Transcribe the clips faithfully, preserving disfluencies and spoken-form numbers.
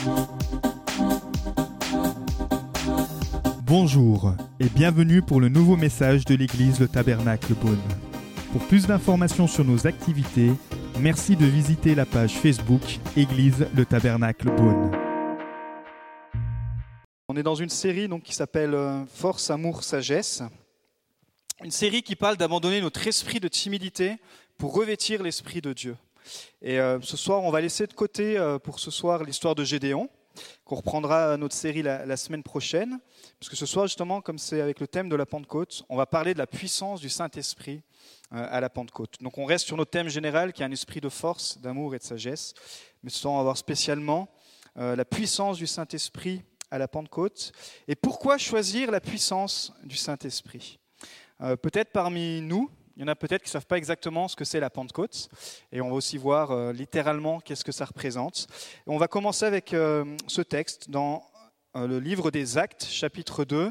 Bonjour et bienvenue pour le nouveau message de l'église Le Tabernacle Beaune. Pour plus d'informations sur nos activités, merci de visiter la page Facebook Église Le Tabernacle Beaune. On est dans une série donc, qui s'appelle euh, Force, Amour, Sagesse. Une série qui parle d'abandonner notre esprit de timidité pour revêtir l'esprit de Dieu. Et euh, ce soir, on va laisser de côté euh, pour ce soir l'histoire de Gédéon, qu'on reprendra notre série la, la semaine prochaine. Parce que ce soir, justement, comme c'est avec le thème de la Pentecôte, on va parler de la puissance du Saint-Esprit euh, à la Pentecôte. Donc on reste sur notre thème général qui est un esprit de force, d'amour et de sagesse. Mais ce soir, on va voir spécialement euh, la puissance du Saint-Esprit à la Pentecôte. Et pourquoi choisir la puissance du Saint-Esprit ? euh, Peut-être parmi nous, il y en a peut-être qui ne savent pas exactement ce que c'est la Pentecôte. Et on va aussi voir euh, littéralement qu'est-ce que ça représente. Et on va commencer avec euh, ce texte dans euh, le livre des Actes, chapitre deux.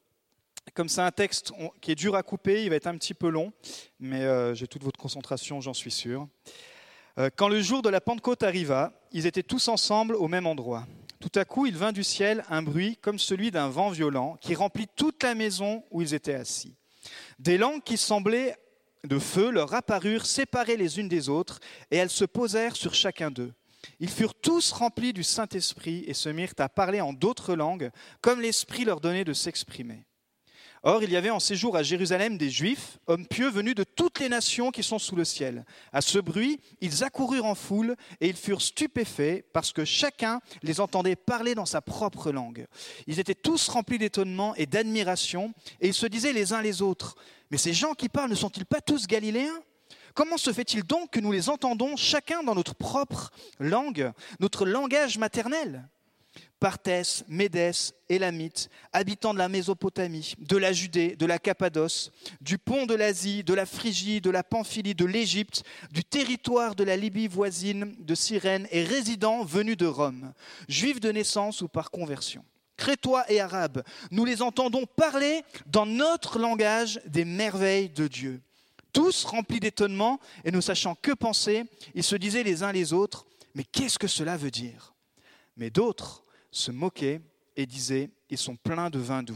Comme c'est un texte on, qui est dur à couper, il va être un petit peu long, mais euh, j'ai toute votre concentration, j'en suis sûr. Euh, quand le jour de la Pentecôte arriva, ils étaient tous ensemble au même endroit. Tout à coup, il vint du ciel un bruit comme celui d'un vent violent qui remplit toute la maison où ils étaient assis. Des langues qui semblaient de feu leur apparurent séparées les unes des autres, et elles se posèrent sur chacun d'eux. Ils furent tous remplis du Saint-Esprit et se mirent à parler en d'autres langues, comme l'Esprit leur donnait de s'exprimer. Or, il y avait en séjour à Jérusalem des Juifs, hommes pieux venus de toutes les nations qui sont sous le ciel. À ce bruit, ils accoururent en foule et ils furent stupéfaits parce que chacun les entendait parler dans sa propre langue. Ils étaient tous remplis d'étonnement et d'admiration et ils se disaient les uns les autres : « Mais ces gens qui parlent ne sont-ils pas tous galiléens ? Comment se fait-il donc que nous les entendons chacun dans notre propre langue, notre langage maternel ? Parthès, Médès, Élamites, habitants de la Mésopotamie, de la Judée, de la Cappadoce, du pont de l'Asie, de la Phrygie, de la Pamphylie, de l'Égypte, du territoire de la Libye voisine, de Cyrène et résidents venus de Rome, juifs de naissance ou par conversion. Crétois et Arabes, nous les entendons parler dans notre langage des merveilles de Dieu. Tous remplis d'étonnement et ne sachant que penser, ils se disaient les uns les autres : « Mais qu'est-ce que cela veut dire ?» Mais d'autres se moquaient et disaient : « Ils sont pleins de vin doux. »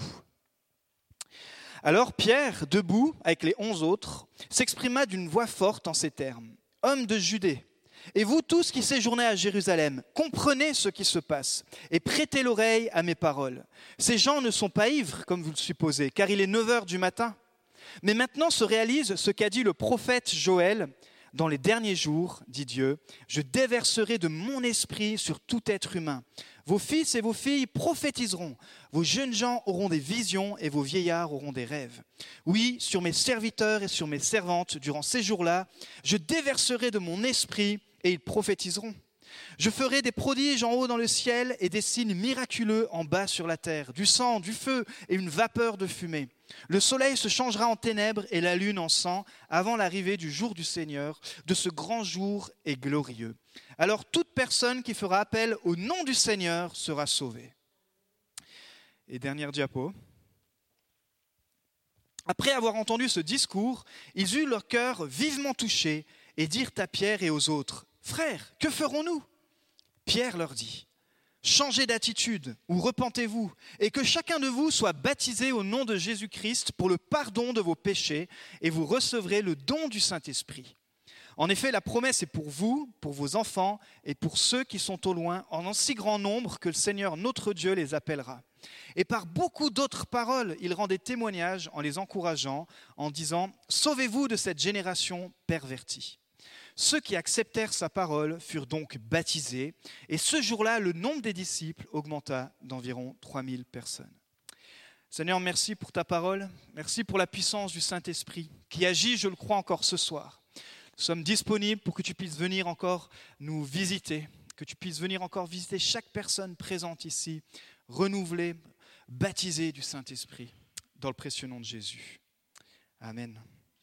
Alors Pierre, debout avec les onze autres, s'exprima d'une voix forte en ces termes : « Hommes de Judée, et vous tous qui séjournez à Jérusalem, comprenez ce qui se passe et prêtez l'oreille à mes paroles. Ces gens ne sont pas ivres, comme vous le supposez, car il est neuf heures du matin. Mais maintenant se réalise ce qu'a dit le prophète Joël. Dans les derniers jours, dit Dieu, je déverserai de mon esprit sur tout être humain. Vos fils et vos filles prophétiseront, vos jeunes gens auront des visions et vos vieillards auront des rêves. Oui, sur mes serviteurs et sur mes servantes, durant ces jours-là, je déverserai de mon esprit et ils prophétiseront. Je ferai des prodiges en haut dans le ciel et des signes miraculeux en bas sur la terre, du sang, du feu et une vapeur de fumée. Le soleil se changera en ténèbres et la lune en sang avant l'arrivée du jour du Seigneur, de ce grand jour et glorieux. Alors toute personne qui fera appel au nom du Seigneur sera sauvée. » Et dernière diapo. Après avoir entendu ce discours, ils eurent leur cœur vivement touché et dirent à Pierre et aux autres : « Frères, que ferons-nous » Pierre leur dit : « Changez d'attitude ou repentez-vous, et que chacun de vous soit baptisé au nom de Jésus-Christ pour le pardon de vos péchés, et vous recevrez le don du Saint-Esprit. En effet, la promesse est pour vous, pour vos enfants, et pour ceux qui sont au loin, en si grand nombre que le Seigneur notre Dieu les appellera. » Et par beaucoup d'autres paroles, il rendait témoignage en les encourageant, en disant : « Sauvez-vous de cette génération pervertie. » Ceux qui acceptèrent sa parole furent donc baptisés, et ce jour-là, le nombre des disciples augmenta d'environ trois mille personnes. Seigneur, merci pour ta parole, merci pour la puissance du Saint-Esprit qui agit, je le crois, encore ce soir. Nous sommes disponibles pour que tu puisses venir encore nous visiter, que tu puisses venir encore visiter chaque personne présente ici, renouvelée, baptisée du Saint-Esprit, dans le précieux nom de Jésus. Amen.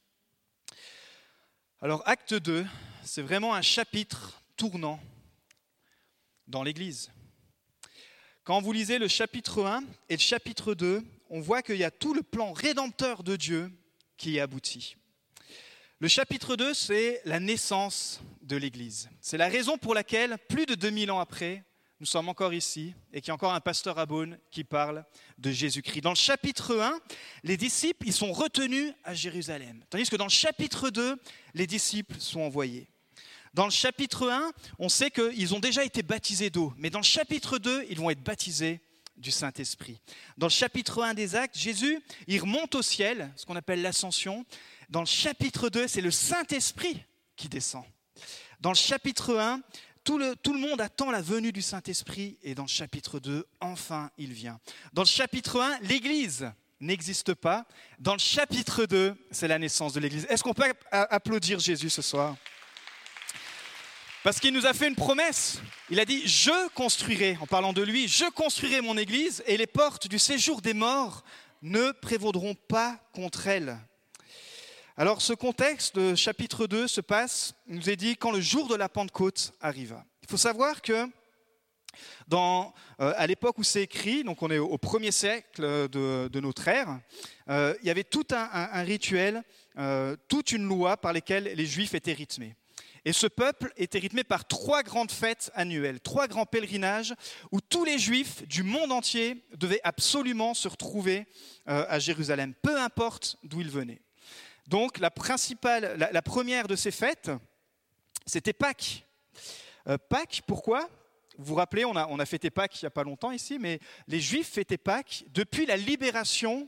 Alors, acte deux, c'est vraiment un chapitre tournant dans l'Église. Quand vous lisez le chapitre un et le chapitre deux, on voit qu'il y a tout le plan rédempteur de Dieu qui est abouti. Le chapitre deux, c'est la naissance de l'Église. C'est la raison pour laquelle, plus de deux mille ans après, nous sommes encore ici et qu'il y a encore un pasteur à Beaune qui parle de Jésus-Christ. Dans le chapitre un, les disciples ils sont retenus à Jérusalem, tandis que dans le chapitre deux, les disciples sont envoyés. Dans le chapitre un, on sait qu'ils ont déjà été baptisés d'eau, mais dans le chapitre deux, ils vont être baptisés du Saint-Esprit. Dans le chapitre un des Actes, Jésus, il remonte au ciel, ce qu'on appelle l'ascension. Dans le chapitre deux, c'est le Saint-Esprit qui descend. Dans le chapitre un, tout le, tout le monde attend la venue du Saint-Esprit, et dans le chapitre deux, enfin, il vient. Dans le chapitre un, l'Église n'existe pas. Dans le chapitre deux, c'est la naissance de l'Église. Est-ce qu'on peut applaudir Jésus ce soir ? Parce qu'il nous a fait une promesse. Il a dit « Je construirai », en parlant de lui, « Je construirai mon église et les portes du séjour des morts ne prévaudront pas contre elle. » Alors ce contexte de chapitre deux se passe, il nous est dit, quand le jour de la Pentecôte arriva. Il faut savoir que dans, euh, à l'époque où c'est écrit, donc on est au premier siècle de, de notre ère, euh, il y avait tout un, un, un rituel, euh, toute une loi par lesquelles les Juifs étaient rythmés. Et ce peuple était rythmé par trois grandes fêtes annuelles, trois grands pèlerinages où tous les Juifs du monde entier devaient absolument se retrouver euh, à Jérusalem, peu importe d'où ils venaient. Donc la principale, la, la première de ces fêtes, c'était Pâques. Euh, Pâques, pourquoi ? Vous vous rappelez, on a, on a fêté Pâques il n'y a pas longtemps ici, mais les Juifs fêtaient Pâques depuis la libération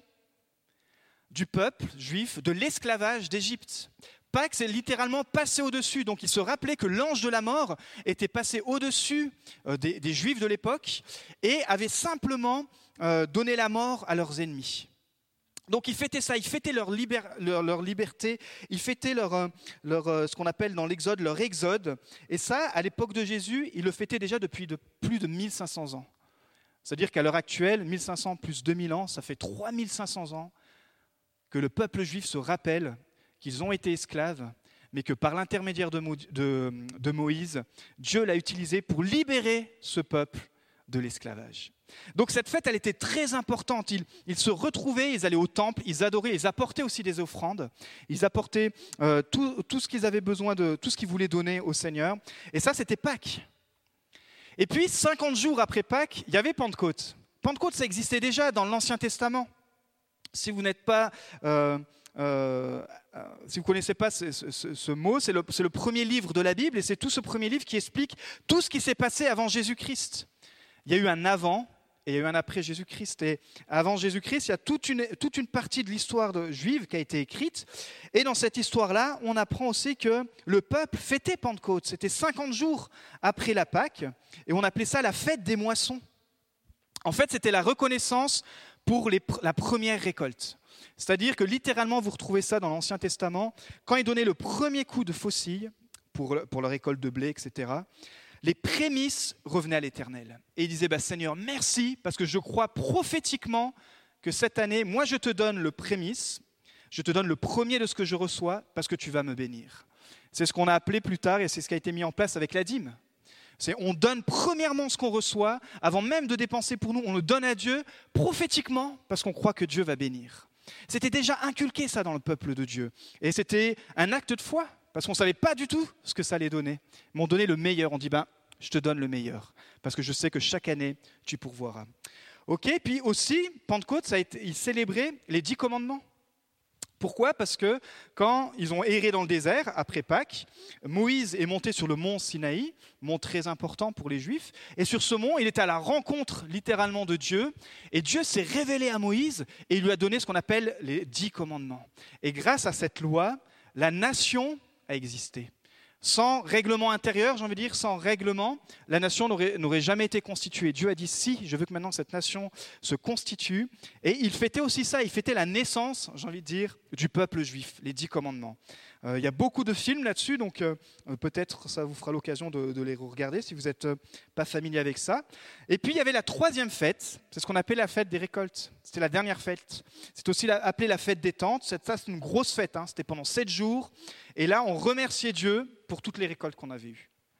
du peuple juif de l'esclavage d'Égypte. Pâques, c'est littéralement passé au-dessus. Donc, il se rappelait que l'ange de la mort était passé au-dessus des, des Juifs de l'époque et avait simplement euh, donné la mort à leurs ennemis. Donc, ils fêtaient ça, ils fêtaient leur, liber, leur, leur liberté, ils fêtaient leur, leur, ce qu'on appelle dans l'Exode leur exode. Et ça, à l'époque de Jésus, ils le fêtaient déjà depuis de plus de mille cinq cents ans. C'est-à-dire qu'à l'heure actuelle, mille cinq cents plus deux mille ans, ça fait trois mille cinq cents ans que le peuple juif se rappelle qu'ils ont été esclaves, mais que par l'intermédiaire de, Mo- de, de Moïse, Dieu l'a utilisé pour libérer ce peuple de l'esclavage. Donc cette fête, elle était très importante. Ils, ils se retrouvaient, ils allaient au temple, ils adoraient, ils apportaient aussi des offrandes, ils apportaient euh, tout, tout ce qu'ils avaient besoin de, tout ce qu'ils voulaient donner au Seigneur. Et ça, c'était Pâques. Et puis, cinquante jours après Pâques, il y avait Pentecôte. Pentecôte, ça existait déjà dans l'Ancien Testament. Si vous n'êtes pas... Euh, Euh, euh, si vous ne connaissez pas ce, ce, ce mot, c'est le, c'est le premier livre de la Bible et c'est tout ce premier livre qui explique tout ce qui s'est passé avant Jésus-Christ. Il y a eu un avant et il y a eu un après Jésus-Christ. Et avant Jésus-Christ, il y a toute une, toute une partie de l'histoire de, juive qui a été écrite. Et dans cette histoire-là, on apprend aussi que le peuple fêtait Pentecôte. C'était cinquante jours après la Pâque et on appelait ça la fête des moissons. En fait, c'était la reconnaissance pour les, la première récolte. C'est-à-dire que littéralement, vous retrouvez ça dans l'Ancien Testament, quand ils donnaient le premier coup de faucille pour, pour leur récolte de blé, et cetera, les prémices revenaient à l'Éternel. Et ils disaient, bah, Seigneur, merci, parce que je crois prophétiquement que cette année, moi je te donne le prémice, je te donne le premier de ce que je reçois, parce que tu vas me bénir. C'est ce qu'on a appelé plus tard, et c'est ce qui a été mis en place avec la dîme. C'est, on donne premièrement ce qu'on reçoit, avant même de dépenser pour nous, on le donne à Dieu prophétiquement, parce qu'on croit que Dieu va bénir. C'était déjà inculqué ça dans le peuple de Dieu. Et c'était un acte de foi, parce qu'on ne savait pas du tout ce que ça allait donner. Mais on donnait le meilleur, on dit, ben, je te donne le meilleur, parce que je sais que chaque année, tu pourvoiras. Ok, puis aussi, Pentecôte, ça a été, ils célébraient les dix commandements. Pourquoi ? Parce que quand ils ont erré dans le désert, après Pâques, Moïse est monté sur le mont Sinaï, mont très important pour les Juifs, et sur ce mont, il était à la rencontre littéralement de Dieu, et Dieu s'est révélé à Moïse, et il lui a donné ce qu'on appelle les dix commandements. Et grâce à cette loi, la nation a existé. Sans règlement intérieur, j'ai envie de dire, sans règlement, la nation n'aurait, n'aurait jamais été constituée. Dieu a dit, si, je veux que maintenant cette nation se constitue. Et il fêtait aussi ça, il fêtait la naissance, j'ai envie de dire, du peuple juif, les dix commandements. Euh, il y a beaucoup de films là-dessus, donc euh, peut-être ça vous fera l'occasion de, de les regarder si vous n'êtes euh, pas familier avec ça. Et puis il y avait la troisième fête, c'est ce qu'on appelait la fête des récoltes. C'était la dernière fête. C'est aussi la, appelé la fête des tentes. Ça, c'est une grosse fête, hein. C'était pendant sept jours. Et là, on remerciait Dieu pour toutes les récoltes qu'on avait eues.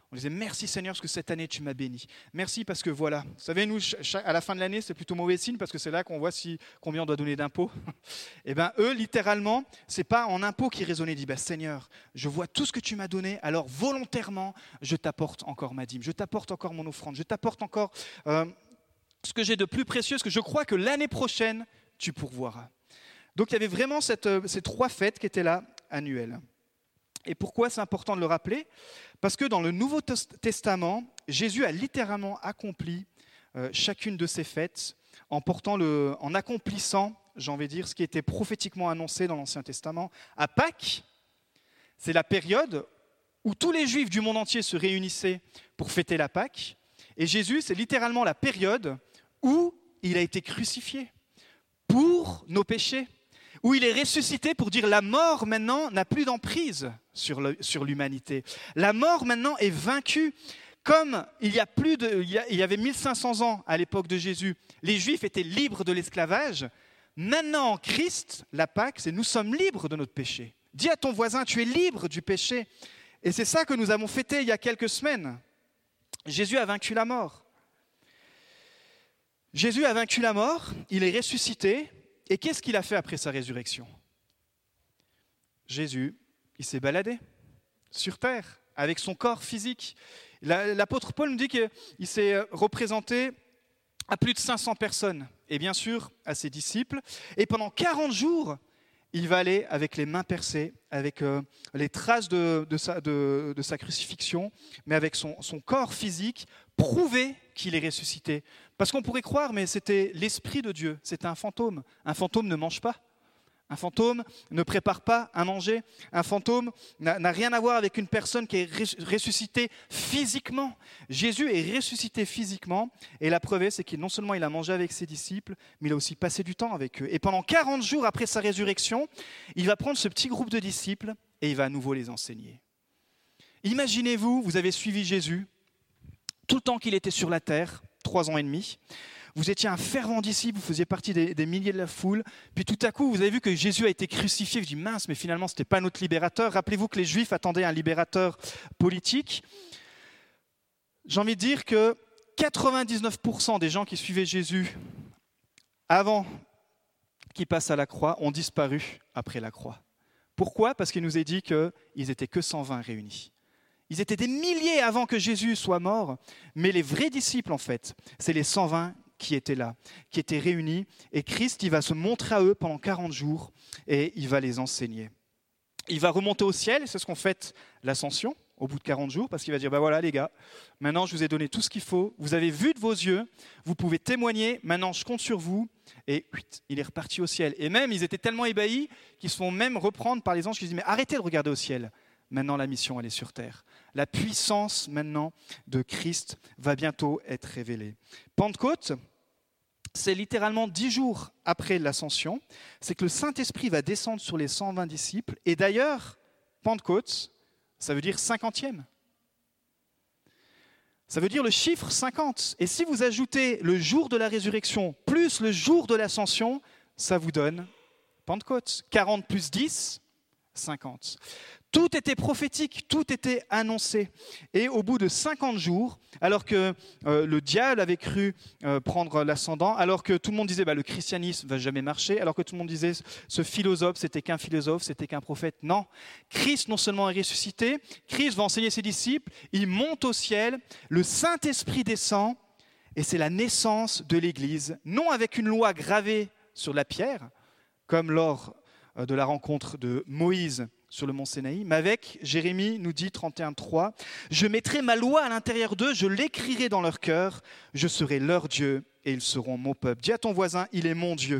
On disait merci Seigneur parce que cette année tu m'as béni. Merci parce que voilà, vous savez nous à la fin de l'année c'est plutôt mauvais signe parce que c'est là qu'on voit si, combien on doit donner d'impôts. Et bien eux littéralement c'est pas en impôts qu'ils raisonnaient, ils disent bah, Seigneur je vois tout ce que tu m'as donné alors volontairement je t'apporte encore ma dîme, je t'apporte encore mon offrande, je t'apporte encore euh, ce que j'ai de plus précieux, ce que je crois que l'année prochaine tu pourvoiras. Donc il y avait vraiment cette, ces trois fêtes qui étaient là annuelles. Et pourquoi c'est important de le rappeler ? Parce que dans le Nouveau Testament, Jésus a littéralement accompli euh, chacune de ces fêtes en, portant le, en accomplissant, j'ai envie de dire, ce qui était prophétiquement annoncé dans l'Ancien Testament. À Pâques, c'est la période où tous les Juifs du monde entier se réunissaient pour fêter la Pâques. Et Jésus, c'est littéralement la période où il a été crucifié pour nos péchés, où il est ressuscité pour dire la mort maintenant n'a plus d'emprise sur, le, sur l'humanité. La mort maintenant est vaincue. Comme il y, a plus de, il, y a, il y avait mille cinq cents ans à l'époque de Jésus, les Juifs étaient libres de l'esclavage. Maintenant en Christ, la Pâque, c'est nous sommes libres de notre péché. Dis à ton voisin, tu es libre du péché. Et c'est ça que nous avons fêté il y a quelques semaines. Jésus a vaincu la mort. Jésus a vaincu la mort, il est ressuscité. Et qu'est-ce qu'il a fait après sa résurrection ? Jésus, il s'est baladé sur terre avec son corps physique. L'apôtre Paul nous dit qu'il s'est représenté à plus de cinq cents personnes et bien sûr à ses disciples. Et pendant quarante jours, il va aller avec les mains percées, avec euh, les traces de, de, sa, de, de sa crucifixion, mais avec son, son corps physique, prouver qu'il est ressuscité. Parce qu'on pourrait croire, mais c'était l'Esprit de Dieu, c'était un fantôme. Un fantôme ne mange pas. Un fantôme ne prépare pas à manger. Un fantôme n'a, n'a rien à voir avec une personne qui est ressuscitée physiquement. Jésus est ressuscité physiquement, et la preuve, c'est qu'il non seulement il a mangé avec ses disciples, mais il a aussi passé du temps avec eux. Et pendant quarante jours après sa résurrection, il va prendre ce petit groupe de disciples et il va à nouveau les enseigner. Imaginez-vous, vous avez suivi Jésus tout le temps qu'il était sur la terre, trois ans et demi. Vous étiez un fervent disciple, vous faisiez partie des, des milliers de la foule. Puis tout à coup, vous avez vu que Jésus a été crucifié. Je dis mince, mais finalement, ce n'était pas notre libérateur. Rappelez-vous que les Juifs attendaient un libérateur politique. J'ai envie de dire que quatre-vingt-dix-neuf pour cent des gens qui suivaient Jésus avant qu'il passe à la croix ont disparu après la croix. Pourquoi ? Parce qu'il nous est dit qu'ils n'étaient que cent vingt réunis. Ils étaient des milliers avant que Jésus soit mort, mais les vrais disciples, en fait, c'est les cent vingt qui étaient là, qui étaient réunis. Et Christ, il va se montrer à eux pendant quarante jours et il va les enseigner. Il va remonter au ciel, et c'est ce qu'on fête l'ascension, au bout de quarante jours, parce qu'il va dire, ben voilà les gars, maintenant je vous ai donné tout ce qu'il faut, vous avez vu de vos yeux, vous pouvez témoigner, maintenant je compte sur vous, et il est reparti au ciel. Et même, ils étaient tellement ébahis qu'ils se font même reprendre par les anges qui disent, mais arrêtez de regarder au ciel. Maintenant, la mission, elle est sur terre. La puissance, maintenant, de Christ va bientôt être révélée. Pentecôte, c'est littéralement dix jours après l'ascension. C'est que le Saint-Esprit va descendre sur les cent vingt disciples. Et d'ailleurs, Pentecôte, ça veut dire cinquantième. Ça veut dire le chiffre cinquante. Et si vous ajoutez le jour de la résurrection plus le jour de l'ascension, ça vous donne Pentecôte. quarante plus dix, cinquante. Tout était prophétique, tout était annoncé. Et au bout de cinquante jours, alors que euh, le diable avait cru euh, prendre l'ascendant, alors que tout le monde disait bah, le christianisme ne va jamais marcher, alors que tout le monde disait ce philosophe, c'était qu'un philosophe, c'était qu'un prophète. Non, Christ non seulement est ressuscité, Christ va enseigner ses disciples, il monte au ciel, le Saint-Esprit descend, et c'est la naissance de l'Église, non avec une loi gravée sur la pierre, comme lors de la rencontre de Moïse sur le mont Sinaï, mais avec, Jérémie nous dit trente et un trois, « Je mettrai ma loi à l'intérieur d'eux, je l'écrirai dans leur cœur, je serai leur Dieu et ils seront mon peuple. » Dis à ton voisin, il est mon Dieu.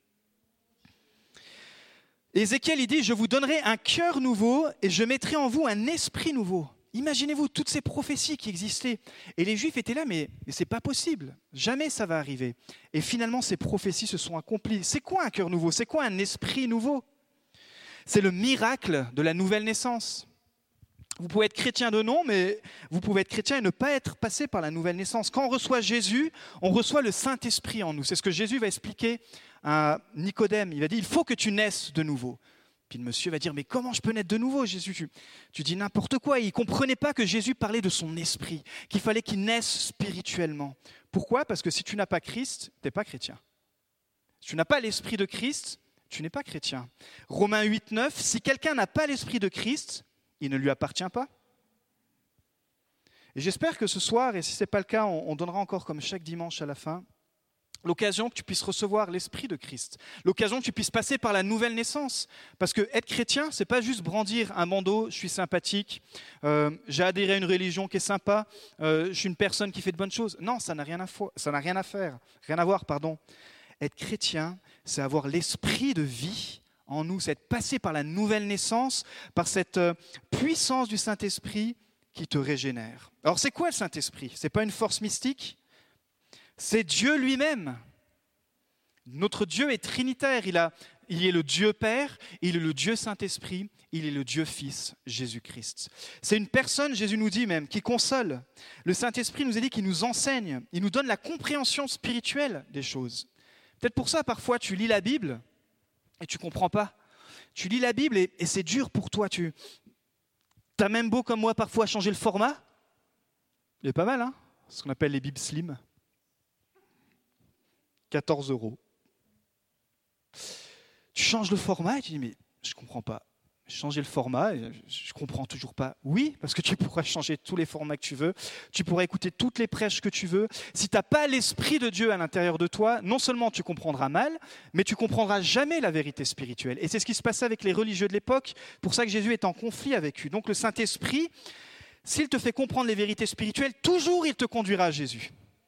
Ézéchiel, il dit, « Je vous donnerai un cœur nouveau et je mettrai en vous un esprit nouveau. » Imaginez-vous toutes ces prophéties qui existaient. Et les Juifs étaient là, mais, mais ce n'est pas possible. Jamais ça va arriver. Et finalement, ces prophéties se sont accomplies. C'est quoi un cœur nouveau ? C'est quoi un esprit nouveau ? C'est le miracle de la nouvelle naissance. Vous pouvez être chrétien de nom, mais vous pouvez être chrétien et ne pas être passé par la nouvelle naissance. Quand on reçoit Jésus, on reçoit le Saint-Esprit en nous. C'est ce que Jésus va expliquer à Nicodème. Il va dire, il faut que tu naisses de nouveau. Puis le monsieur va dire, mais comment je peux naître de nouveau, Jésus? tu, tu dis n'importe quoi. Il ne comprenait pas que Jésus parlait de son esprit, qu'il fallait qu'il naisse spirituellement. Pourquoi? Parce que si tu n'as pas Christ, tu n'es pas chrétien. Si tu n'as pas l'esprit de Christ, tu n'es pas chrétien. Romains huit, neuf, si quelqu'un n'a pas l'esprit de Christ, il ne lui appartient pas. Et j'espère que ce soir, et si ce n'est pas le cas, on, on donnera encore comme chaque dimanche à la fin, l'occasion que tu puisses recevoir l'Esprit de Christ, l'occasion que tu puisses passer par la nouvelle naissance. Parce que être chrétien, ce n'est pas juste brandir un bandeau, je suis sympathique, euh, j'ai adhéré à une religion qui est sympa, euh, je suis une personne qui fait de bonnes choses. Non, ça n'a rien à, fo- ça n'a rien à faire, rien à voir, pardon. Être chrétien, c'est avoir l'esprit de vie en nous, c'est être passé par la nouvelle naissance, par cette euh, puissance du Saint-Esprit qui te régénère. Alors c'est quoi le Saint-Esprit? Ce n'est pas une force mystique, c'est Dieu lui-même. Notre Dieu est trinitaire, il, a, il est le Dieu Père, il est le Dieu Saint-Esprit, il est le Dieu Fils, Jésus-Christ. C'est une personne, Jésus nous dit même, qui console. Le Saint-Esprit nous a dit qu'il nous enseigne, il nous donne la compréhension spirituelle des choses. Peut-être pour ça, parfois, tu lis la Bible et tu ne comprends pas. Tu lis la Bible et, et c'est dur pour toi. Tu as même beau, comme moi, parfois changer le format. Il est pas mal, hein? Ce qu'on appelle les Bibles Slim. quatorze euros. Tu changes le format et tu dis, mais je ne comprends pas. Changer le format, je ne comprends toujours pas. Oui, parce que tu pourras changer tous les formats que tu veux. Tu pourras écouter toutes les prêches que tu veux. Si tu n'as pas l'Esprit de Dieu à l'intérieur de toi, non seulement tu comprendras mal, mais tu ne comprendras jamais la vérité spirituelle. Et c'est ce qui se passait avec les religieux de l'époque. Pour ça que Jésus est en conflit avec eux. Donc le Saint-Esprit, s'il te fait comprendre les vérités spirituelles, toujours il te conduira à Jésus.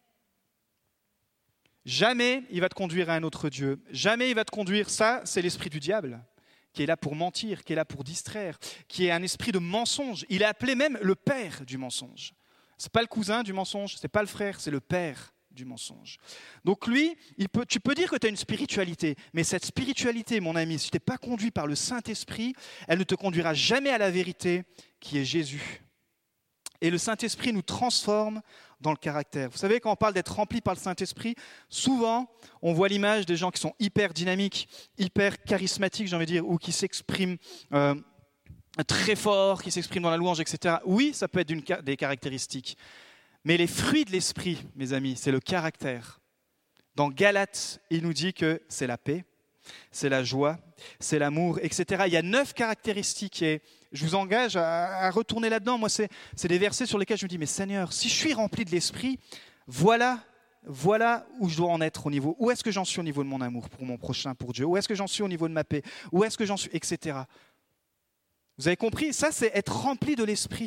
Jamais il va te conduire à un autre Dieu. Jamais il va te conduire, ça c'est l'esprit du diable, qui est là pour mentir, qui est là pour distraire, qui est un esprit de mensonge. Il est appelé même le père du mensonge. Ce n'est pas le cousin du mensonge, ce n'est pas le frère, c'est le père du mensonge. Donc lui, il peut, tu peux dire que tu as une spiritualité, mais cette spiritualité, mon ami, si tu n'es pas conduit par le Saint-Esprit, elle ne te conduira jamais à la vérité qui est Jésus. Et le Saint-Esprit nous transforme dans le caractère. Vous savez, quand on parle d'être rempli par le Saint-Esprit, souvent, on voit l'image des gens qui sont hyper dynamiques, hyper charismatiques, j'ai envie de dire, ou qui s'expriment euh, très fort, qui s'expriment dans la louange, et cetera. Oui, ça peut être une, des caractéristiques. Mais les fruits de l'Esprit, mes amis, c'est le caractère. Dans Galates, il nous dit que c'est la paix, c'est la joie, c'est l'amour, et cetera. Il y a neuf caractéristiques et je vous engage à, à retourner là-dedans. Moi, c'est, c'est des versets sur lesquels je me dis, mais Seigneur, si je suis rempli de l'Esprit, voilà, voilà où je dois en être au niveau. Où est-ce que j'en suis au niveau de mon amour pour mon prochain, pour Dieu? Où est-ce que j'en suis au niveau de ma paix? Où est-ce que j'en suis, et cetera. Vous avez compris? Ça, c'est être rempli de l'Esprit.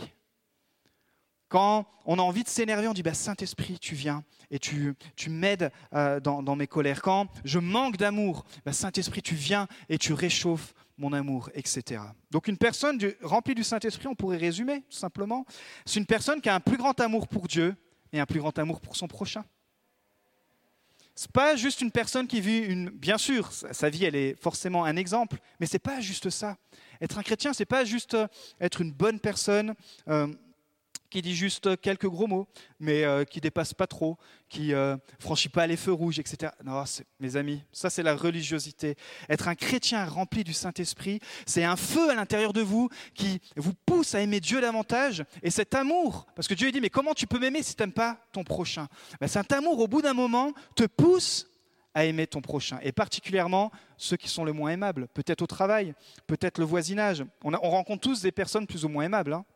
Quand on a envie de s'énerver, on dit bah, « Saint-Esprit, tu viens et tu, tu m'aides euh, dans, dans mes colères. » Quand je manque d'amour, bah, « Saint-Esprit, tu viens et tu réchauffes mon amour, et cetera » Donc une personne du, remplie du Saint-Esprit, on pourrait résumer tout simplement, c'est une personne qui a un plus grand amour pour Dieu et un plus grand amour pour son prochain. Ce n'est pas juste une personne qui vit une... Bien sûr, sa vie, elle est forcément un exemple, mais ce n'est pas juste ça. Être un chrétien, ce n'est pas juste être une bonne personne... Euh, qui dit juste quelques gros mots, mais euh, qui ne dépasse pas trop, qui ne euh, franchit pas les feux rouges, et cetera. Non, c'est, mes amis, ça c'est la religiosité. Être un chrétien rempli du Saint-Esprit, c'est un feu à l'intérieur de vous qui vous pousse à aimer Dieu davantage. Et cet amour, parce que Dieu dit, mais comment tu peux m'aimer si tu n'aimes pas ton prochain? Ben, cet amour, au bout d'un moment, te pousse à aimer ton prochain, et particulièrement ceux qui sont le moins aimables, peut-être au travail, peut-être le voisinage. On, a, on rencontre tous des personnes plus ou moins aimables, hein.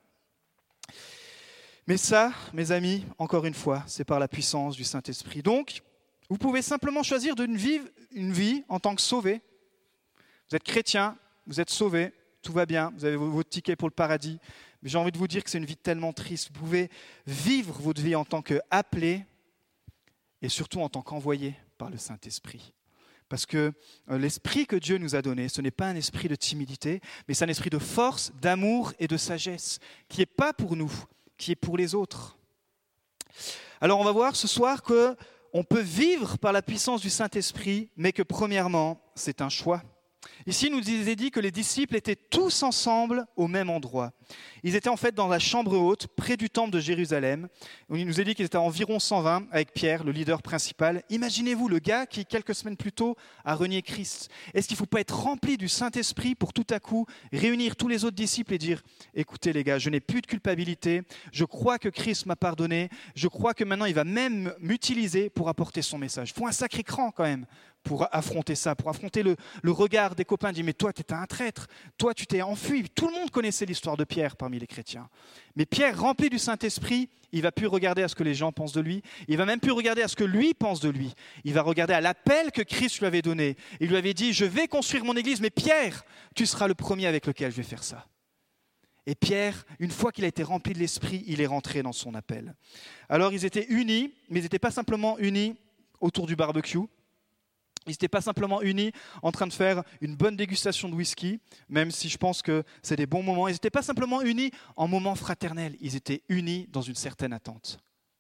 Mais ça, mes amis, encore une fois, c'est par la puissance du Saint-Esprit. Donc, vous pouvez simplement choisir de vivre une vie en tant que sauvé. Vous êtes chrétien, vous êtes sauvé, tout va bien, vous avez votre ticket pour le paradis. Mais j'ai envie de vous dire que c'est une vie tellement triste. Vous pouvez vivre votre vie en tant qu'appelé et surtout en tant qu'envoyé par le Saint-Esprit. Parce que l'esprit que Dieu nous a donné, ce n'est pas un esprit de timidité, mais c'est un esprit de force, d'amour et de sagesse, qui n'est pas pour nous, qui est pour les autres. Alors on va voir ce soir qu'on peut vivre par la puissance du Saint-Esprit, mais que premièrement, c'est un choix. Ici, il nous est dit que les disciples étaient tous ensemble au même endroit. Ils étaient en fait dans la chambre haute, près du temple de Jérusalem. Il nous est dit qu'ils étaient environ cent vingt avec Pierre, le leader principal. Imaginez-vous le gars qui, quelques semaines plus tôt, a renié Christ. Est-ce qu'il ne faut pas être rempli du Saint-Esprit pour tout à coup réunir tous les autres disciples et dire « Écoutez les gars, je n'ai plus de culpabilité, je crois que Christ m'a pardonné, je crois que maintenant il va même m'utiliser pour apporter son message. » Il faut un sacré cran quand même pour affronter ça, pour affronter le, le regard des copains, dire « Mais toi, tu étais un traître, toi, tu t'es enfui. » Tout le monde connaissait l'histoire de Pierre parmi les chrétiens. Mais Pierre, rempli du Saint-Esprit, il ne va plus regarder à ce que les gens pensent de lui, il ne va même plus regarder à ce que lui pense de lui. Il va regarder à l'appel que Christ lui avait donné. Il lui avait dit « Je vais construire mon église, mais Pierre, tu seras le premier avec lequel je vais faire ça. » Et Pierre, une fois qu'il a été rempli de l'Esprit, il est rentré dans son appel. Alors ils étaient unis, mais ils n'étaient pas simplement unis autour du barbecue. Ils n'étaient pas simplement unis en train de faire une bonne dégustation de whisky, même si je pense que c'est des bons moments. Ils n'étaient pas simplement unis en moments fraternels, ils étaient unis dans une certaine attente.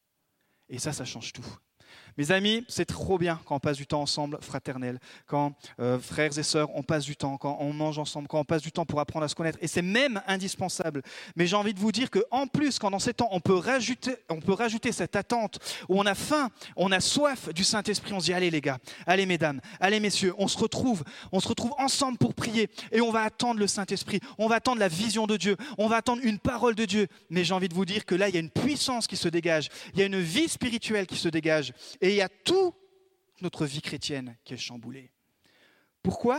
Et ça, ça change tout. Mes amis, c'est trop bien quand on passe du temps ensemble, fraternel, quand euh, frères et sœurs, on passe du temps, quand on mange ensemble, quand on passe du temps pour apprendre à se connaître. Et c'est même indispensable. Mais j'ai envie de vous dire qu'en plus, quand dans ces temps, on peut rajouter, on peut rajouter cette attente où on a faim, on a soif du Saint-Esprit. On se dit, allez les gars, allez mesdames, allez messieurs, on se retrouve, on se retrouve ensemble pour prier. Et on va attendre le Saint-Esprit, on va attendre la vision de Dieu, on va attendre une parole de Dieu. Mais j'ai envie de vous dire que là, il y a une puissance qui se dégage, il y a une vie spirituelle qui se dégage. Et il y a toute notre vie chrétienne qui est chamboulée. Pourquoi ?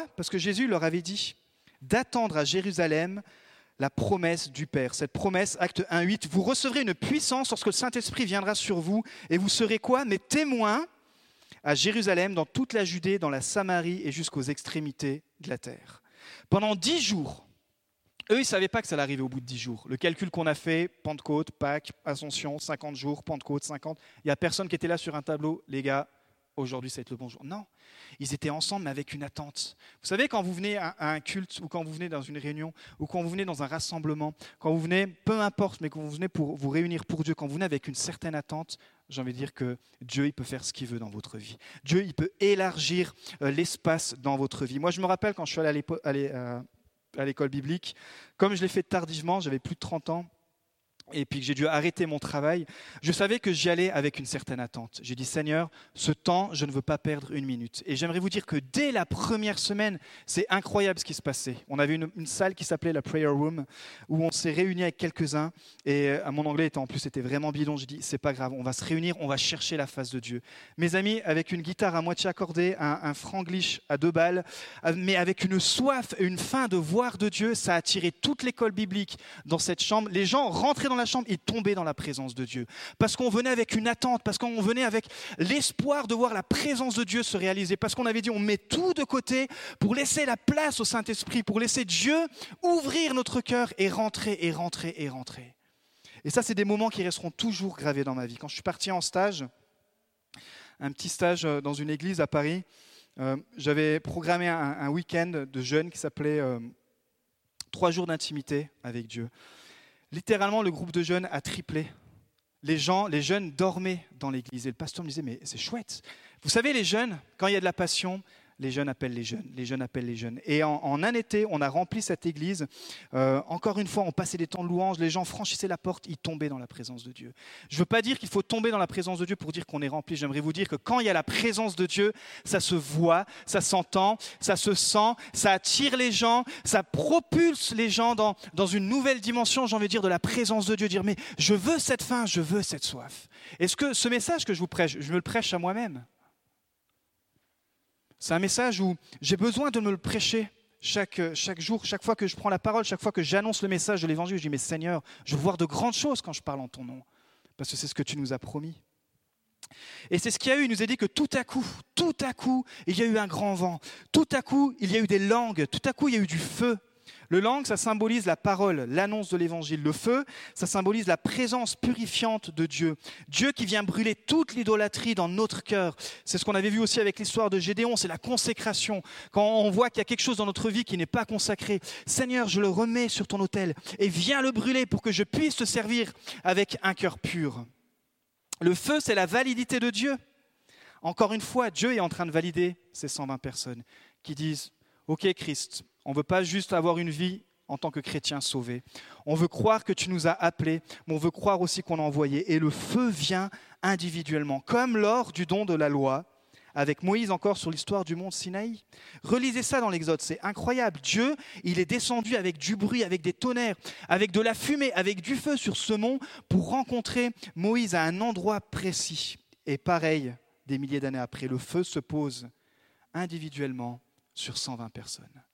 Parce que Jésus leur avait dit d'attendre à Jérusalem la promesse du Père. Cette promesse, acte un huit, vous recevrez une puissance lorsque le Saint-Esprit viendra sur vous et vous serez quoi ? Mes témoins à Jérusalem, dans toute la Judée, dans la Samarie et jusqu'aux extrémités de la terre. Pendant dix jours, eux, ils ne savaient pas que ça allait arriver au bout de dix jours. Le calcul qu'on a fait, Pentecôte, Pâques, Ascension, cinquante jours, Pentecôte, cinquante, il n'y a personne qui était là sur un tableau. Les gars, aujourd'hui, ça va être le bon jour. Non, ils étaient ensemble, mais avec une attente. Vous savez, quand vous venez à un culte, ou quand vous venez dans une réunion, ou quand vous venez dans un rassemblement, quand vous venez, peu importe, mais quand vous venez pour vous réunir pour Dieu, quand vous venez avec une certaine attente, j'ai envie de dire que Dieu, il peut faire ce qu'il veut dans votre vie. Dieu, il peut élargir euh, l'espace dans votre vie. Moi, je me rappelle quand je suis allé à l'époque... à l'école biblique. Comme je l'ai fait tardivement, j'avais plus de trente ans, et puis que j'ai dû arrêter mon travail, je savais que j'y allais avec une certaine attente. J'ai dit, Seigneur, ce temps, je ne veux pas perdre une minute. Et j'aimerais vous dire que dès la première semaine, c'est incroyable ce qui se passait. On avait une, une salle qui s'appelait la Prayer Room, où on s'est réunis avec quelques-uns, et mon anglais était en plus était vraiment bidon. J'ai dit, c'est pas grave, on va se réunir, on va chercher la face de Dieu. Mes amis, avec une guitare à moitié accordée, un, un franglish à deux balles, mais avec une soif et une faim de voir de Dieu, ça a attiré toute l'école biblique dans cette chambre. Les gens rentraient dans la chambre, ils tombaient dans la présence de Dieu. Parce qu'on venait avec une attente, parce qu'on venait avec l'espoir de voir la présence de Dieu se réaliser, parce qu'on avait dit on met tout de côté pour laisser la place au Saint-Esprit, pour laisser Dieu ouvrir notre cœur et rentrer, et rentrer, et rentrer. Et ça, c'est des moments qui resteront toujours gravés dans ma vie. Quand je suis parti en stage, un petit stage dans une église à Paris, euh, j'avais programmé un, un week-end de jeunes qui s'appelait euh, « Trois jours d'intimité avec Dieu ». Littéralement, le groupe de jeunes a triplé. Les gens, les jeunes dormaient dans l'église. Et le pasteur me disait, mais c'est chouette. Vous savez, les jeunes, quand il y a de la passion, les jeunes appellent les jeunes, les jeunes appellent les jeunes. Et en, en un été, on a rempli cette église. Euh, encore une fois, on passait des temps de louange. Les gens franchissaient la porte, ils tombaient dans la présence de Dieu. Je ne veux pas dire qu'il faut tomber dans la présence de Dieu pour dire qu'on est rempli. J'aimerais vous dire que quand il y a la présence de Dieu, ça se voit, ça s'entend, ça se sent, ça attire les gens, ça propulse les gens dans, dans une nouvelle dimension, j'ai envie de dire, de la présence de Dieu. Dire, mais je veux cette faim, je veux cette soif. Est-ce que ce message que je vous prêche, je me le prêche à moi-même ? C'est un message où j'ai besoin de me le prêcher chaque, chaque jour, chaque fois que je prends la parole, chaque fois que j'annonce le message de l'Évangile. Je dis, mais Seigneur, je veux voir de grandes choses quand je parle en ton nom, parce que c'est ce que tu nous as promis. Et c'est ce qu'il y a eu, il nous a dit que tout à coup, tout à coup, il y a eu un grand vent. Tout à coup, il y a eu des langues. Tout à coup, il y a eu du feu. Le langue, ça symbolise la parole, l'annonce de l'évangile. Le feu, ça symbolise la présence purifiante de Dieu. Dieu qui vient brûler toute l'idolâtrie dans notre cœur. C'est ce qu'on avait vu aussi avec l'histoire de Gédéon, c'est la consécration. Quand on voit qu'il y a quelque chose dans notre vie qui n'est pas consacré, Seigneur, je le remets sur ton autel et viens le brûler pour que je puisse te servir avec un cœur pur. Le feu, c'est la validité de Dieu. Encore une fois, Dieu est en train de valider ces cent vingt personnes qui disent « Ok Christ, on ne veut pas juste avoir une vie en tant que chrétien sauvé. On veut croire que tu nous as appelés, mais on veut croire aussi qu'on a envoyé. Et le feu vient individuellement, comme lors du don de la loi, avec Moïse encore sur l'histoire du mont Sinaï. Relisez ça dans l'Exode, c'est incroyable. Dieu, il est descendu avec du bruit, avec des tonnerres, avec de la fumée, avec du feu sur ce mont pour rencontrer Moïse à un endroit précis. Et pareil, des milliers d'années après, le feu se pose individuellement sur cent vingt personnes.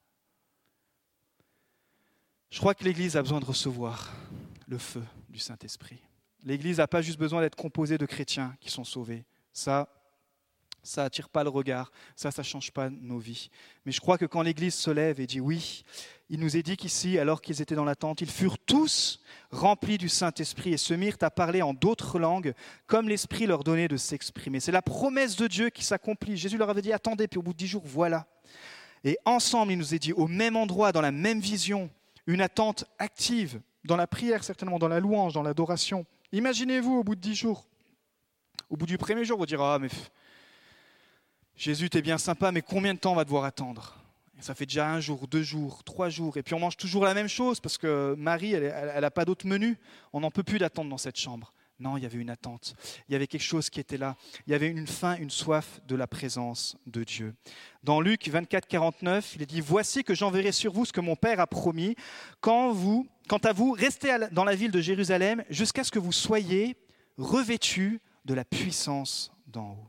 Je crois que l'Église a besoin de recevoir le feu du Saint-Esprit. L'Église n'a pas juste besoin d'être composée de chrétiens qui sont sauvés. Ça, ça n'attire pas le regard, ça, ça ne change pas nos vies. Mais je crois que quand l'Église se lève et dit oui, il nous est dit qu'ici, alors qu'ils étaient dans la tente, ils furent tous remplis du Saint-Esprit et se mirent à parler en d'autres langues, comme l'Esprit leur donnait de s'exprimer. C'est la promesse de Dieu qui s'accomplit. Jésus leur avait dit, attendez, puis au bout de dix jours, voilà. Et ensemble, il nous est dit, au même endroit, dans la même vision, une attente active, dans la prière certainement, dans la louange, dans l'adoration. Imaginez-vous au bout de dix jours, au bout du premier jour, vous direz, ah mais Jésus, t'es bien sympa, mais combien de temps on va devoir attendre ? Et ça fait déjà un jour, deux jours, trois jours, et puis on mange toujours la même chose, parce que Marie, elle n'a pas d'autre menu, on n'en peut plus d'attendre dans cette chambre. Non, il y avait une attente, il y avait quelque chose qui était là, il y avait une faim, une soif de la présence de Dieu. Dans Luc vingt-quatre, quarante-neuf, il est dit « Voici que j'enverrai sur vous ce que mon Père a promis. Quand vous, quant à vous, restez dans la ville de Jérusalem jusqu'à ce que vous soyez revêtus de la puissance d'en haut. »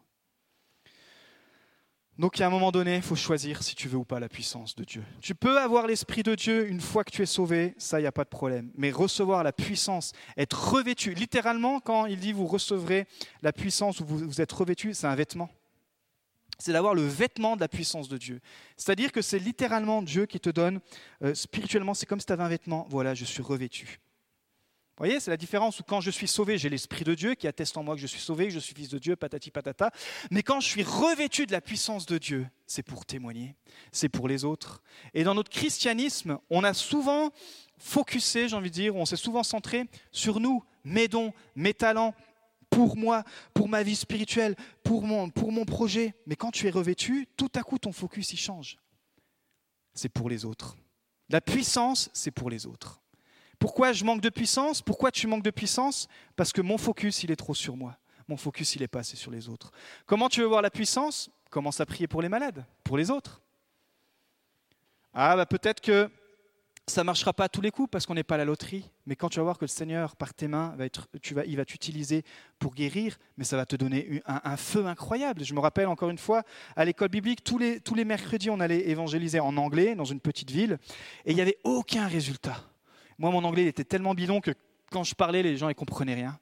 Donc, à un moment donné, il faut choisir si tu veux ou pas la puissance de Dieu. Tu peux avoir l'Esprit de Dieu une fois que tu es sauvé, ça, il n'y a pas de problème. Mais recevoir la puissance, être revêtu, littéralement, quand il dit vous recevrez la puissance ou vous, vous êtes revêtu, c'est un vêtement. C'est d'avoir le vêtement de la puissance de Dieu. C'est-à-dire que c'est littéralement Dieu qui te donne, euh, spirituellement, c'est comme si tu avais un vêtement, voilà, je suis revêtu. Vous voyez, c'est la différence où quand je suis sauvé, j'ai l'Esprit de Dieu qui atteste en moi que je suis sauvé, que je suis fils de Dieu, patati patata. Mais quand je suis revêtu de la puissance de Dieu, c'est pour témoigner, c'est pour les autres. Et dans notre christianisme, on a souvent focusé, j'ai envie de dire, on s'est souvent centré sur nous, mes dons, mes talents, pour moi, pour ma vie spirituelle, pour mon, pour mon projet. Mais quand tu es revêtu, tout à coup, ton focus, il change. C'est pour les autres. La puissance, c'est pour les autres. Pourquoi je manque de puissance ? Pourquoi tu manques de puissance ? Parce que mon focus, il est trop sur moi. Mon focus, il n'est pas assez sur les autres. Comment tu veux voir la puissance ? Commence à prier pour les malades, pour les autres. Ah, bah peut-être que ça ne marchera pas à tous les coups parce qu'on n'est pas à la loterie. Mais quand tu vas voir que le Seigneur, par tes mains, va être, tu vas, il va t'utiliser pour guérir, mais ça va te donner un, un feu incroyable. Je me rappelle encore une fois, à l'école biblique, tous les, tous les mercredis, on allait évangéliser en anglais dans une petite ville et il n'y avait aucun résultat. Moi, mon anglais il était tellement bidon que quand je parlais, les gens ne comprenaient rien.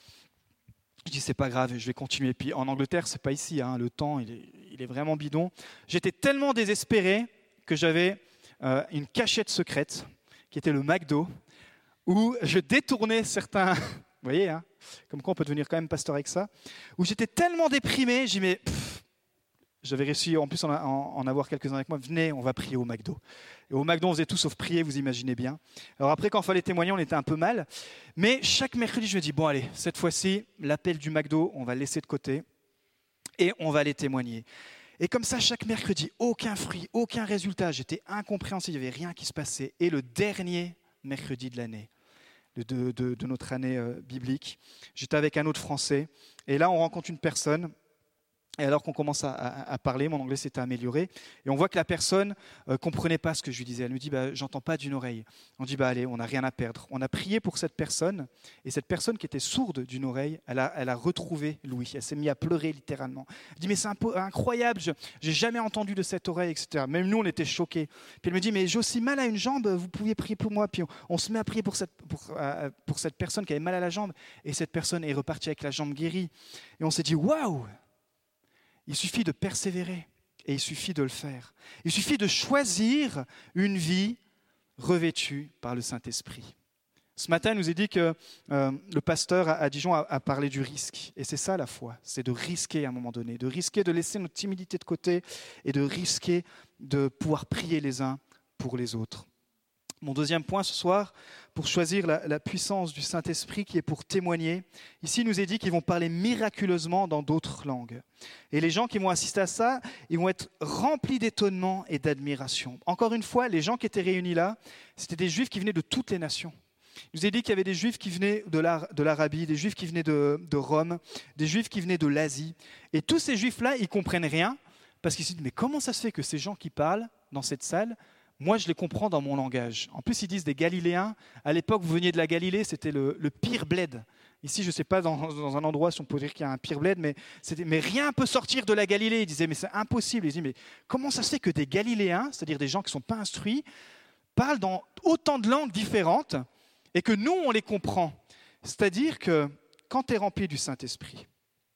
Je dis, c'est pas grave, je vais continuer. Puis en Angleterre, c'est pas ici, hein, le temps, il est, il est vraiment bidon. J'étais tellement désespéré que j'avais euh, une cachette secrète, qui était le McDo, où je détournais certains... Vous voyez, hein, comme quoi on peut devenir quand même pasteur avec ça. Où j'étais tellement déprimé, j'ai dit, mais... Pff, j'avais réussi en plus en, en, en avoir quelques-uns avec moi. Venez, on va prier au McDo. Et au McDo, on faisait tout sauf prier, vous imaginez bien. Alors après, quand il fallait témoigner, on était un peu mal. Mais chaque mercredi, je me dis, bon allez, cette fois-ci, l'appel du McDo, on va le laisser de côté et on va aller témoigner. Et comme ça, chaque mercredi, aucun fruit, aucun résultat. J'étais incompréhensible, il n'y avait rien qui se passait. Et le dernier mercredi de l'année, de, de, de, de notre année euh, biblique, j'étais avec un autre Français. Et là, on rencontre une personne. Et alors qu'on commence à, à, à parler, mon anglais s'était amélioré, et on voit que la personne ne euh, comprenait pas ce que je lui disais. Elle me dit, bah, j'entends pas d'une oreille. On dit, bah, allez, on n'a rien à perdre. On a prié pour cette personne, et cette personne qui était sourde d'une oreille, elle a, elle a retrouvé Louis. Elle s'est mise à pleurer littéralement. Elle dit, mais c'est un peu incroyable, je n'ai jamais entendu de cette oreille, et cetera. Même nous, on était choqués. Puis elle me dit, mais j'ai aussi mal à une jambe, vous pouviez prier pour moi. Puis on, on se met à prier pour cette, pour, euh, pour cette personne qui avait mal à la jambe, et cette personne est repartie avec la jambe guérie. Et on s'est dit, waouh! Il suffit de persévérer et il suffit de le faire. Il suffit de choisir une vie revêtue par le Saint-Esprit. Ce matin, il nous est dit que euh, le pasteur à Dijon a, a parlé du risque. Et c'est ça la foi, c'est de risquer à un moment donné, de risquer de laisser notre timidité de côté et de risquer de pouvoir prier les uns pour les autres. Mon deuxième point ce soir, pour choisir la, la puissance du Saint-Esprit qui est pour témoigner. Ici, il nous est dit qu'ils vont parler miraculeusement dans d'autres langues. Et les gens qui vont assister à ça, ils vont être remplis d'étonnement et d'admiration. Encore une fois, les gens qui étaient réunis là, c'était des Juifs qui venaient de toutes les nations. Il nous est dit qu'il y avait des Juifs qui venaient de, l'Ar- de l'Arabie, des Juifs qui venaient de, de Rome, des Juifs qui venaient de l'Asie. Et tous ces Juifs-là, ils ne comprennent rien parce qu'ils se disent « Mais comment ça se fait que ces gens qui parlent dans cette salle, moi, je les comprends dans mon langage. » En plus, ils disent des Galiléens. À l'époque, vous veniez de la Galilée, c'était le, le pire bled. Ici, je ne sais pas dans, dans un endroit si on peut dire qu'il y a un pire bled, mais, c'était, mais rien ne peut sortir de la Galilée. Ils disaient, mais c'est impossible. Ils disaient, mais comment ça se fait que des Galiléens, c'est-à-dire des gens qui ne sont pas instruits, parlent dans autant de langues différentes et que nous, on les comprend? C'est-à-dire que quand tu es rempli du Saint-Esprit,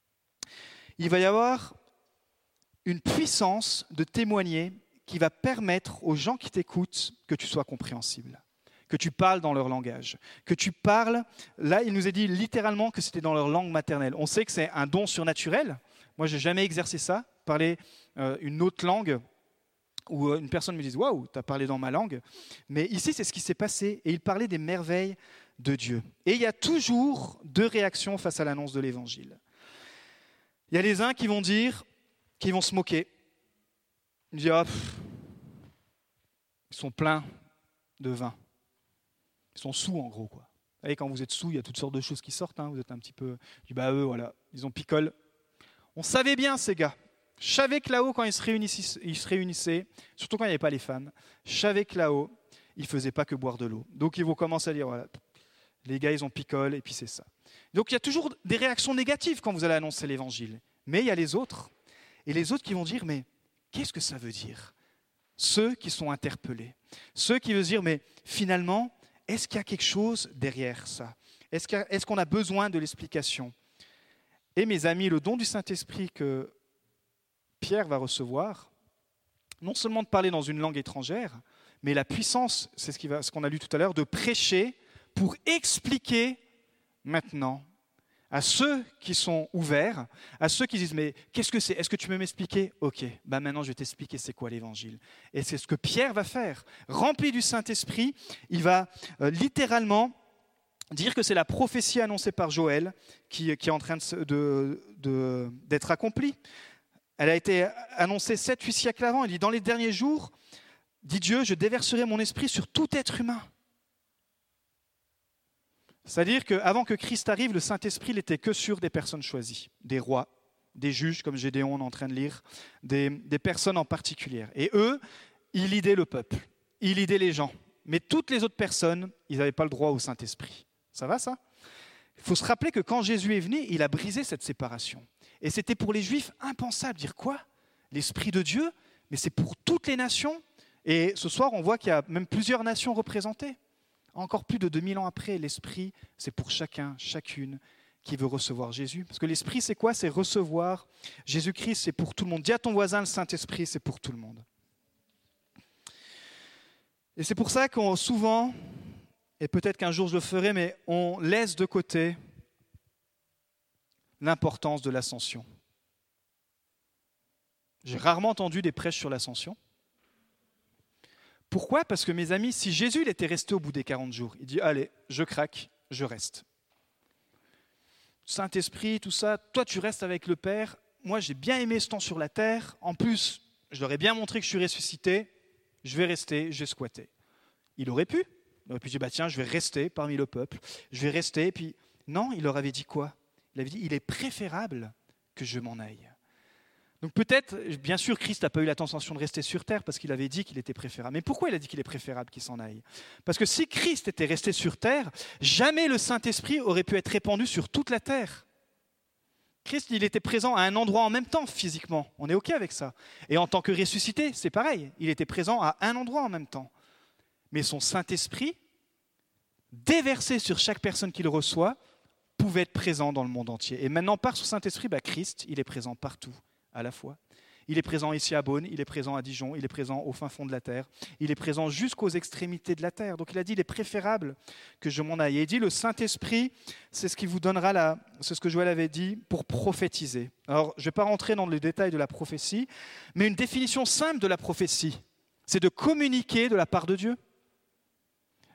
il va y avoir une puissance de témoigner qui va permettre aux gens qui t'écoutent que tu sois compréhensible, que tu parles dans leur langage, que tu parles, là il nous est dit littéralement que c'était dans leur langue maternelle. On sait que c'est un don surnaturel. Moi je n'ai jamais exercé ça, parler euh, une autre langue où une personne me dise « Waouh, tu as parlé dans ma langue ». Mais ici c'est ce qui s'est passé et il parlait des merveilles de Dieu. Et il y a toujours deux réactions face à l'annonce de l'Évangile. Il y a les uns qui vont dire, qui vont se moquer. Ils disent, ah, pff, ils sont pleins de vin. Ils sont sous en gros, quoi. Vous savez, quand vous êtes sous, il y a toutes sortes de choses qui sortent. Hein. Vous êtes un petit peu... Je dis, bah eux, voilà, ils ont picole. On savait bien, ces gars. Je savais que là-haut, quand ils se réunissaient, ils se réunissaient surtout quand il n'y avait pas les femmes, je savais que là-haut, ils ne faisaient pas que boire de l'eau. Donc ils vont commencer à dire, voilà, les gars, ils ont picole, et puis c'est ça. Donc il y a toujours des réactions négatives quand vous allez annoncer l'Évangile. Mais il y a les autres. Et les autres qui vont dire, mais qu'est-ce que ça veut dire? Ceux qui sont interpellés. Ceux qui veulent dire, mais finalement, est-ce qu'il y a quelque chose derrière ça? Est-ce, qu'il y a, est-ce qu'on a besoin de l'explication? Et mes amis, le don du Saint-Esprit que Pierre va recevoir, non seulement de parler dans une langue étrangère, mais la puissance, c'est ce, qui va, ce qu'on a lu tout à l'heure, de prêcher pour expliquer maintenant à ceux qui sont ouverts, à ceux qui disent « mais qu'est-ce que c'est? Est-ce que tu peux m'expliquer ?» Ok, bah maintenant je vais t'expliquer c'est quoi l'Évangile. Et c'est ce que Pierre va faire. Rempli du Saint-Esprit, il va euh, littéralement dire que c'est la prophétie annoncée par Joël qui, qui est en train de, de, de, d'être accomplie. Elle a été annoncée sept huit siècles avant. Il dit « Dans les derniers jours, dit Dieu, je déverserai mon esprit sur tout être humain. » C'est-à-dire qu'avant que Christ arrive, le Saint-Esprit n'était que sur des personnes choisies, des rois, des juges, comme Gédéon, on est en train de lire, des, des personnes en particulier. Et eux, ils lidaient le peuple, ils lidaient les gens. Mais toutes les autres personnes, ils n'avaient pas le droit au Saint-Esprit. Ça va, ça? Il faut se rappeler que quand Jésus est venu, il a brisé cette séparation. Et c'était pour les Juifs impensable. Dire quoi? L'Esprit de Dieu? Mais c'est pour toutes les nations. Et ce soir, on voit qu'il y a même plusieurs nations représentées. Encore plus de deux mille ans après, l'Esprit, c'est pour chacun, chacune qui veut recevoir Jésus. Parce que l'Esprit, c'est quoi? C'est recevoir Jésus-Christ, c'est pour tout le monde. Dis à ton voisin, le Saint-Esprit, c'est pour tout le monde. Et c'est pour ça qu'on souvent, et peut-être qu'un jour je le ferai, mais on laisse de côté l'importance de l'ascension. J'ai rarement entendu des prêches sur l'ascension. Pourquoi? Parce que mes amis, si Jésus il était resté au bout des quarante jours, il dit « Allez, je craque, je reste. » Saint-Esprit, tout ça, toi tu restes avec le Père. Moi j'ai bien aimé ce temps sur la terre. En plus, je leur ai bien montré que je suis ressuscité. Je vais rester, j'ai squatté. Il aurait pu. Il aurait pu dire bah, « Tiens, je vais rester parmi le peuple. Je vais rester. » Et puis, non, il leur avait dit quoi? Il avait dit « Il est préférable que je m'en aille. » Donc peut-être, bien sûr, Christ n'a pas eu la tentation de rester sur terre parce qu'il avait dit qu'il était préférable. Mais pourquoi il a dit qu'il est préférable qu'il s'en aille? Parce que si Christ était resté sur terre, jamais le Saint-Esprit aurait pu être répandu sur toute la terre. Christ, il était présent à un endroit en même temps, physiquement. On est OK avec ça. Et en tant que ressuscité, c'est pareil. Il était présent à un endroit en même temps. Mais son Saint-Esprit, déversé sur chaque personne qu'il reçoit, pouvait être présent dans le monde entier. Et maintenant, par son Saint-Esprit, bah, Christ, il est présent partout. À la fois. Il est présent ici à Beaune, il est présent à Dijon, il est présent au fin fond de la terre, il est présent jusqu'aux extrémités de la terre. Donc il a dit, il est préférable que je m'en aille. Et il dit, le Saint-Esprit, c'est ce qui vous donnera, la, c'est ce que Joël avait dit, pour prophétiser. Alors, je ne vais pas rentrer dans les détails de la prophétie, mais une définition simple de la prophétie, c'est de communiquer de la part de Dieu.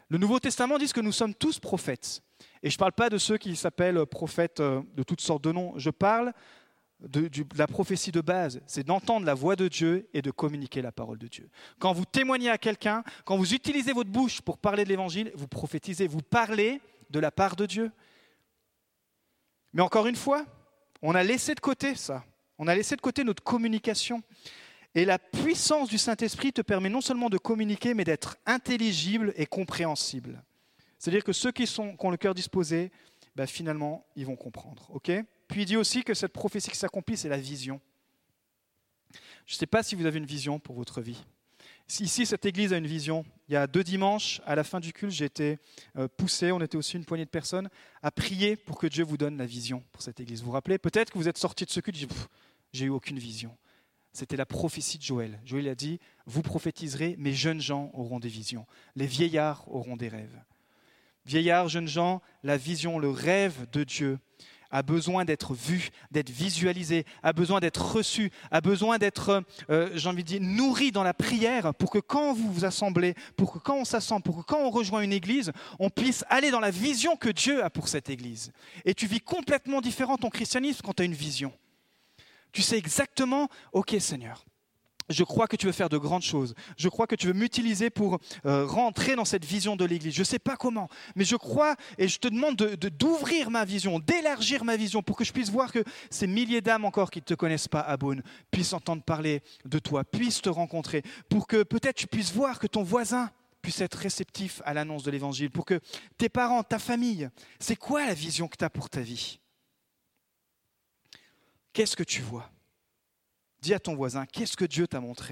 Le Nouveau Testament dit que nous sommes tous prophètes. Et je ne parle pas de ceux qui s'appellent prophètes de toutes sortes de noms. Je parle de, de la prophétie de base. C'est d'entendre la voix de Dieu et de communiquer la parole de Dieu. Quand vous témoignez à quelqu'un, quand vous utilisez votre bouche pour parler de l'Évangile, vous prophétisez, vous parlez de la part de Dieu. Mais encore une fois, on a laissé de côté ça. On a laissé de côté notre communication. Et la puissance du Saint-Esprit te permet non seulement de communiquer, mais d'être intelligible et compréhensible. C'est-à-dire que ceux qui, sont, qui ont le cœur disposé, ben finalement, ils vont comprendre. Okay ? Puis il dit aussi que cette prophétie qui s'accomplit, c'est la vision. Je ne sais pas si vous avez une vision pour votre vie. Ici, cette église a une vision. Il y a deux dimanches, à la fin du culte, j'ai été poussé, on était aussi une poignée de personnes, à prier pour que Dieu vous donne la vision pour cette église. Vous vous rappelez ? Peut-être que vous êtes sortis de ce culte et dites, j'ai eu aucune vision. C'était la prophétie de Joël. Joël a dit, vous prophétiserez, mes jeunes gens auront des visions. Les vieillards auront des rêves. Vieillards, jeunes gens, la vision, le rêve de Dieu a besoin d'être vu, d'être visualisé, a besoin d'être reçu, a besoin d'être, euh, j'ai envie de dire, nourri dans la prière pour que quand vous vous assemblez, pour que quand on s'assemble, pour que quand on rejoint une église, on puisse aller dans la vision que Dieu a pour cette église. Et tu vis complètement différent ton christianisme quand tu as une vision. Tu sais exactement, ok Seigneur, je crois que tu veux faire de grandes choses. Je crois que tu veux m'utiliser pour euh, rentrer dans cette vision de l'Église. Je ne sais pas comment, mais je crois et je te demande de, de, d'ouvrir ma vision, d'élargir ma vision pour que je puisse voir que ces milliers d'âmes encore qui ne te connaissent pas à Beaune puissent entendre parler de toi, puissent te rencontrer, pour que peut-être tu puisses voir que ton voisin puisse être réceptif à l'annonce de l'Évangile, pour que tes parents, ta famille, c'est quoi la vision que tu as pour ta vie ? Qu'est-ce que tu vois ? Dis à ton voisin, qu'est-ce que Dieu t'a montré ?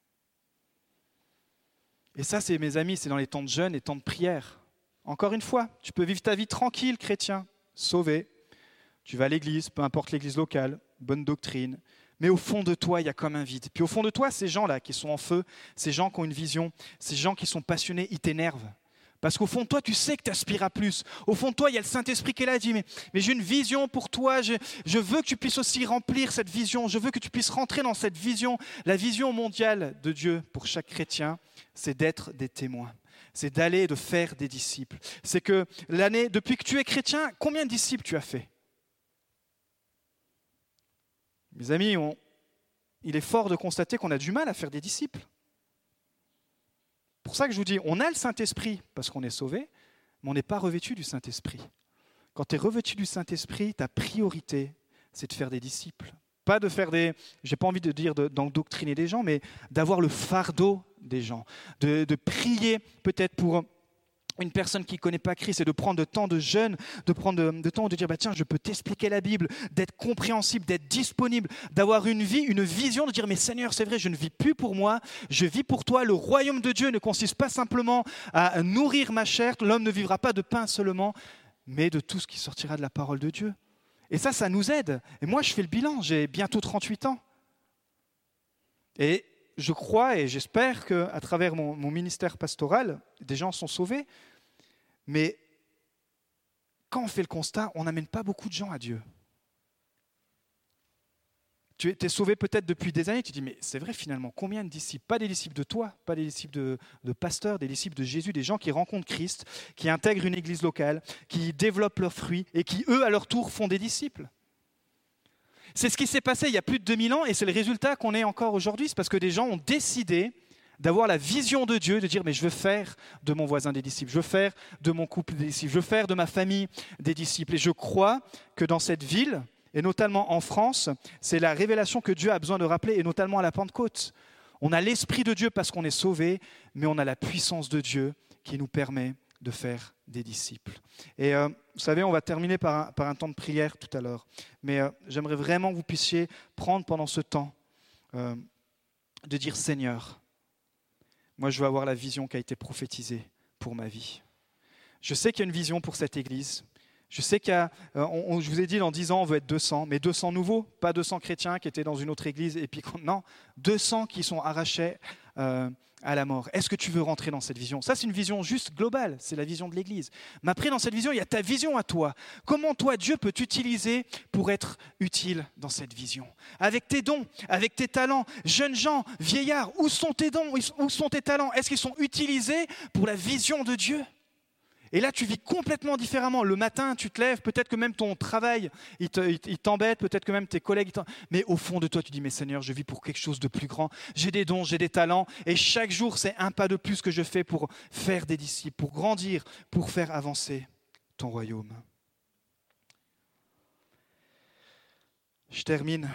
Et ça, c'est mes amis, c'est dans les temps de jeûne et temps de prière. Encore une fois, tu peux vivre ta vie tranquille, chrétien, sauvé. Tu vas à l'église, peu importe l'église locale, bonne doctrine. Mais au fond de toi, il y a comme un vide. Puis au fond de toi, ces gens-là qui sont en feu, ces gens qui ont une vision, ces gens qui sont passionnés, ils t'énervent. Parce qu'au fond de toi, tu sais que tu aspires à plus. Au fond de toi, il y a le Saint-Esprit qui est là et dit, mais, mais j'ai une vision pour toi, je, je veux que tu puisses aussi remplir cette vision, je veux que tu puisses rentrer dans cette vision. La vision mondiale de Dieu pour chaque chrétien, c'est d'être des témoins. C'est d'aller et de faire des disciples. C'est que l'année, depuis que tu es chrétien, combien de disciples tu as fait ? Mes amis, on, il est fort de constater qu'on a du mal à faire des disciples. C'est pour ça que je vous dis, on a le Saint-Esprit parce qu'on est sauvé, mais on n'est pas revêtu du Saint-Esprit. Quand tu es revêtu du Saint-Esprit, ta priorité, c'est de faire des disciples. Pas de faire des, j'ai pas envie de dire de, d'endoctriner des gens, mais d'avoir le fardeau des gens, de, de prier peut-être pour une personne qui ne connaît pas Christ et de prendre de temps de jeûne, de prendre de, de temps de dire bah tiens, je peux t'expliquer la Bible, d'être compréhensible, d'être disponible, d'avoir une vie, une vision, de dire mais Seigneur, c'est vrai, je ne vis plus pour moi, je vis pour toi. Le royaume de Dieu ne consiste pas simplement à nourrir ma chair, l'homme ne vivra pas de pain seulement, mais de tout ce qui sortira de la parole de Dieu. Et ça, ça nous aide. Et moi, je fais le bilan, j'ai bientôt trente-huit ans. Et je crois et j'espère qu'à travers mon, mon ministère pastoral, des gens sont sauvés. Mais quand on fait le constat, on n'amène pas beaucoup de gens à Dieu. Tu es, es sauvé peut-être depuis des années, tu te dis, mais c'est vrai finalement, combien de disciples ? Pas des disciples de toi, pas des disciples de, de pasteurs, des disciples de Jésus, des gens qui rencontrent Christ, qui intègrent une église locale, qui développent leurs fruits et qui, eux, à leur tour, font des disciples. C'est ce qui s'est passé il y a plus de deux mille ans et c'est le résultat qu'on est encore aujourd'hui. C'est parce que des gens ont décidé d'avoir la vision de Dieu, de dire mais je veux faire de mon voisin des disciples, je veux faire de mon couple des disciples, je veux faire de ma famille des disciples. Et je crois que dans cette ville, et notamment en France, c'est la révélation que Dieu a besoin de rappeler, et notamment à la Pentecôte. On a l'Esprit de Dieu parce qu'on est sauvé, mais on a la puissance de Dieu qui nous permet de faire des disciples. Et euh, vous savez, on va terminer par un, par un temps de prière tout à l'heure. Mais euh, j'aimerais vraiment que vous puissiez prendre pendant ce temps euh, de dire « Seigneur, moi je veux avoir la vision qui a été prophétisée pour ma vie. Je sais qu'il y a une vision pour cette église. Je sais qu'il y a, euh, on, on, je vous ai dit, dans dix ans, on veut être deux cents, mais deux cents nouveaux, pas deux cents chrétiens qui étaient dans une autre église. Et puis, non, deux cents qui sont arrachés euh, à la mort. Est-ce que tu veux rentrer dans cette vision? Ça, c'est une vision juste globale, c'est la vision de l'Église. Mais après, dans cette vision, il y a ta vision à toi. Comment toi, Dieu peut t'utiliser pour être utile dans cette vision? Avec tes dons, avec tes talents, jeunes gens, vieillards, où sont tes dons, où sont tes talents? Est-ce qu'ils sont utilisés pour la vision de Dieu? Et là, tu vis complètement différemment. Le matin, tu te lèves, peut-être que même ton travail, il, te, il, il t'embête, peut-être que même tes collègues, mais au fond de toi, tu dis, mais Seigneur, je vis pour quelque chose de plus grand. J'ai des dons, j'ai des talents, et chaque jour, c'est un pas de plus que je fais pour faire des disciples, pour grandir, pour faire avancer ton royaume. Je termine.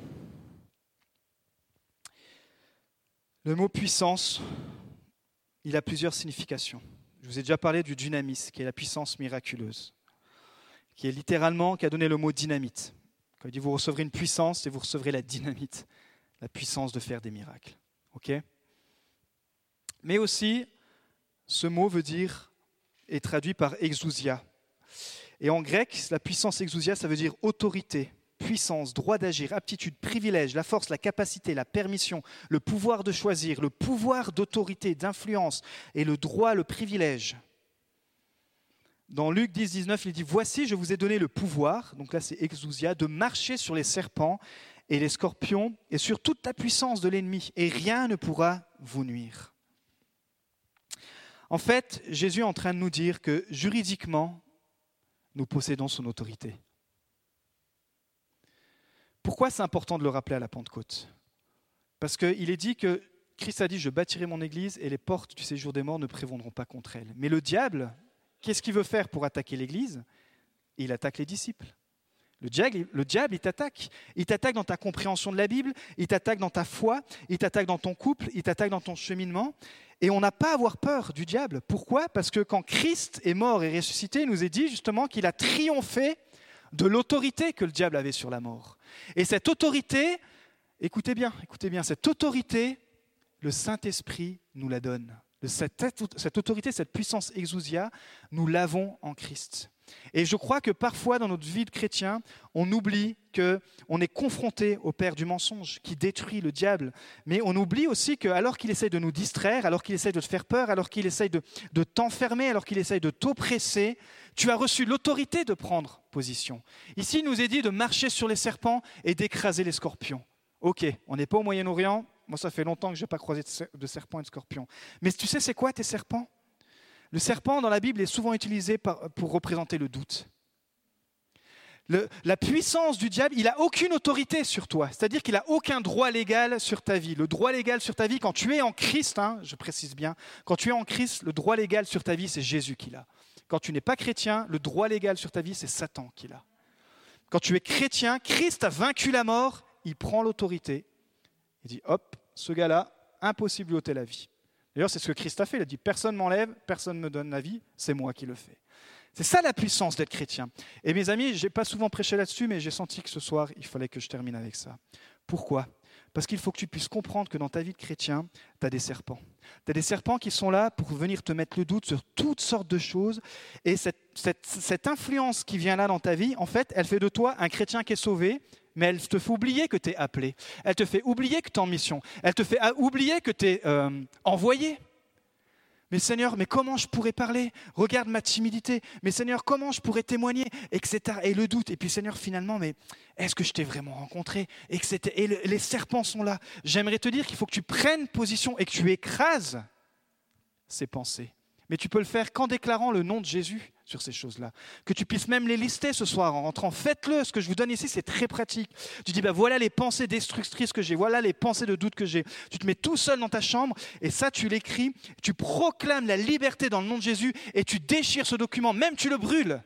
Le mot puissance, il a plusieurs significations. Je vous ai déjà parlé du dynamis, qui est la puissance miraculeuse, qui est littéralement, qui a donné le mot dynamite. Quand il dit vous recevrez une puissance, et vous recevrez la dynamite, la puissance de faire des miracles. Ok ? Mais aussi, ce mot veut dire, est traduit par exousia. Et en grec, la puissance exousia, ça veut dire autorité, puissance, droit d'agir, aptitude, privilège, la force, la capacité, la permission, le pouvoir de choisir, le pouvoir d'autorité, d'influence et le droit, le privilège. Dans Luc dix, dix-neuf, il dit « Voici, je vous ai donné le pouvoir », donc là c'est exousia, de marcher sur les serpents et les scorpions et sur toute la puissance de l'ennemi, et rien ne pourra vous nuire. En fait, Jésus est en train de nous dire que juridiquement, nous possédons son autorité. Pourquoi c'est important de le rappeler à la Pentecôte? Parce qu'il est dit que Christ a dit « Je bâtirai mon église et les portes du séjour des morts ne prévaudront pas contre elle ». Mais le diable, qu'est-ce qu'il veut faire pour attaquer l'église? Il attaque les disciples. Le diable, le diable, il t'attaque. Il t'attaque dans ta compréhension de la Bible, il t'attaque dans ta foi, il t'attaque dans ton couple, il t'attaque dans ton cheminement. Et on n'a pas à avoir peur du diable. Pourquoi? Parce que quand Christ est mort et ressuscité, il nous est dit justement qu'il a triomphé de l'autorité que le diable avait sur la mort. Et cette autorité, écoutez bien, écoutez bien, cette autorité, le Saint-Esprit nous la donne. Cette, cette autorité, cette puissance exousia, nous l'avons en Christ. Et je crois que parfois dans notre vie de chrétien, on oublie qu'on est confronté au père du mensonge qui détruit le diable. Mais on oublie aussi qu'alors qu'il essaye de nous distraire, alors qu'il essaye de te faire peur, alors qu'il essaye de, de t'enfermer, alors qu'il essaye de t'oppresser, tu as reçu l'autorité de prendre position. Ici, il nous est dit de marcher sur les serpents et d'écraser les scorpions. Ok, on n'est pas au Moyen-Orient. Moi, ça fait longtemps que je n'ai pas croisé de serpents et de scorpions. Mais tu sais, c'est quoi tes serpents? Le serpent, dans la Bible, est souvent utilisé par, pour représenter le doute. Le, la puissance du diable, il n'a aucune autorité sur toi. C'est-à-dire qu'il n'a aucun droit légal sur ta vie. Le droit légal sur ta vie, quand tu es en Christ, hein, je précise bien, quand tu es en Christ, le droit légal sur ta vie, c'est Jésus qui l'a. Quand tu n'es pas chrétien, le droit légal sur ta vie, c'est Satan qui l'a. Quand tu es chrétien, Christ a vaincu la mort, il prend l'autorité. Il dit, hop, ce gars-là, impossible de lui ôter la vie. D'ailleurs, c'est ce que Christ a fait. Il a dit, personne ne m'enlève, personne ne me donne la vie, c'est moi qui le fais. C'est ça la puissance d'être chrétien. Et mes amis, je n'ai pas souvent prêché là-dessus, mais j'ai senti que ce soir, il fallait que je termine avec ça. Pourquoi ? Parce qu'il faut que tu puisses comprendre que dans ta vie de chrétien, tu as des serpents. Tu as des serpents qui sont là pour venir te mettre le doute sur toutes sortes de choses. Et cette, cette, cette influence qui vient là dans ta vie, en fait, elle fait de toi un chrétien qui est sauvé, mais elle te fait oublier que tu es appelé. Elle te fait oublier que tu es en mission. Elle te fait oublier que tu es euh, envoyé. Mais Seigneur, mais comment je pourrais parler? Regarde ma timidité. Mais Seigneur, comment je pourrais témoigner? Etc. Et le doute. Et puis Seigneur, finalement, mais est-ce que je t'ai vraiment rencontré? Etc. Et le, les serpents sont là. J'aimerais te dire qu'il faut que tu prennes position et que tu écrases ces pensées. Mais tu peux le faire qu'en déclarant le nom de Jésus sur ces choses-là. Que tu puisses même les lister ce soir en rentrant. Faites-le. Ce que je vous donne ici, c'est très pratique. Tu dis, bah, voilà les pensées destructrices que j'ai. Voilà les pensées de doute que j'ai. Tu te mets tout seul dans ta chambre et ça, tu l'écris. Tu proclames la liberté dans le nom de Jésus et tu déchires ce document. Même tu le brûles.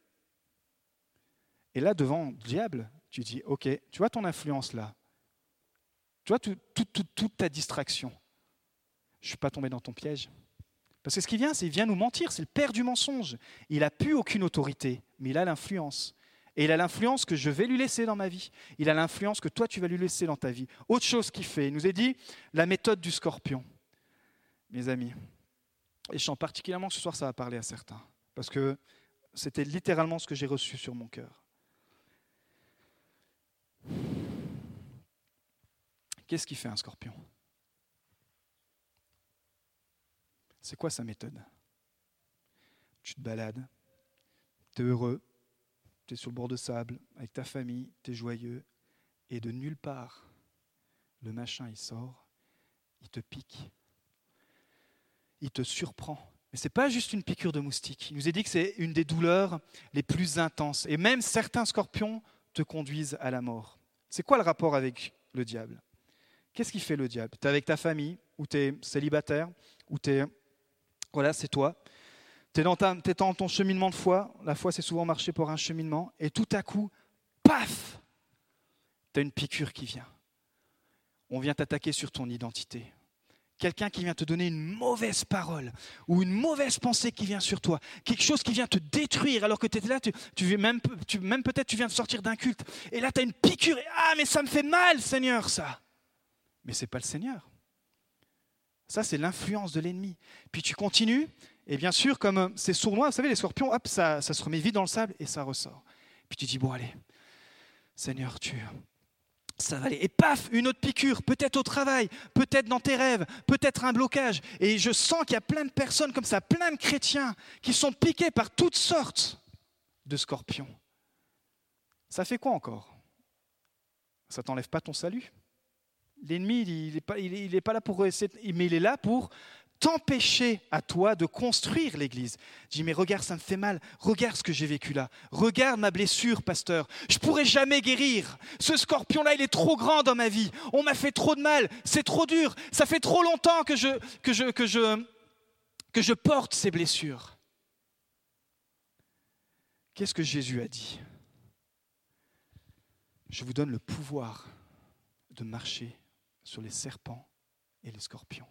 Et là, devant le diable, tu dis, ok, tu vois ton influence là. Tu vois tout, tout, tout, toute ta distraction. Je ne suis pas tombé dans ton piège. Parce que ce qui vient, c'est qu'il vient nous mentir, c'est le père du mensonge. Il n'a plus aucune autorité, mais il a l'influence. Et il a l'influence que je vais lui laisser dans ma vie. Il a l'influence que toi, tu vas lui laisser dans ta vie. Autre chose qu'il fait, il nous a dit la méthode du scorpion. Mes amis, et je sens particulièrement que ce soir, ça va parler à certains. Parce que c'était littéralement ce que j'ai reçu sur mon cœur. Qu'est-ce qu'il fait un scorpion ? C'est quoi sa méthode? Tu te balades, tu es heureux, tu es sur le bord de sable, avec ta famille, tu es joyeux, et de nulle part, le machin il sort, il te pique, il te surprend. Mais ce n'est pas juste une piqûre de moustique. Il nous est dit que c'est une des douleurs les plus intenses. Et même certains scorpions te conduisent à la mort. C'est quoi le rapport avec le diable? Qu'est-ce qu'il fait le diable? Tu es avec ta famille, ou tu es célibataire, ou tu es... Voilà, c'est toi. Tu es dans, ta, t'es dans ton cheminement de foi. La foi, c'est souvent marcher pour un cheminement. Et tout à coup, paf, tu as une piqûre qui vient. On vient t'attaquer sur ton identité. Quelqu'un qui vient te donner une mauvaise parole ou une mauvaise pensée qui vient sur toi, quelque chose qui vient te détruire alors que tu étais là, tu, tu, même, tu, même peut-être tu viens de sortir d'un culte et là tu as une piqûre et ah mais ça me fait mal Seigneur ça. Mais ce n'est pas le Seigneur. Ça c'est l'influence de l'ennemi. Puis tu continues et bien sûr comme c'est sournois, vous savez les scorpions, hop, ça, ça se remet vite dans le sable et ça ressort. Puis tu dis bon allez, Seigneur tu... ça va aller. Et paf, une autre piqûre, peut-être au travail, peut-être dans tes rêves, peut-être un blocage. Et je sens qu'il y a plein de personnes comme ça, plein de chrétiens qui sont piqués par toutes sortes de scorpions. Ça fait quoi encore? Ça ne t'enlève pas ton salut. L'ennemi, il n'est pas, il est pas là pour essayer, mais il est là pour t'empêcher à toi de construire l'église. Je dis, mais regarde, ça me fait mal. Regarde ce que j'ai vécu là. Regarde ma blessure, pasteur. Je ne pourrai jamais guérir. Ce scorpion-là, il est trop grand dans ma vie. On m'a fait trop de mal. C'est trop dur. Ça fait trop longtemps que je, que je, que je, que je porte ces blessures. Qu'est-ce que Jésus a dit? Je vous donne le pouvoir de marcher sur les serpents et les scorpions.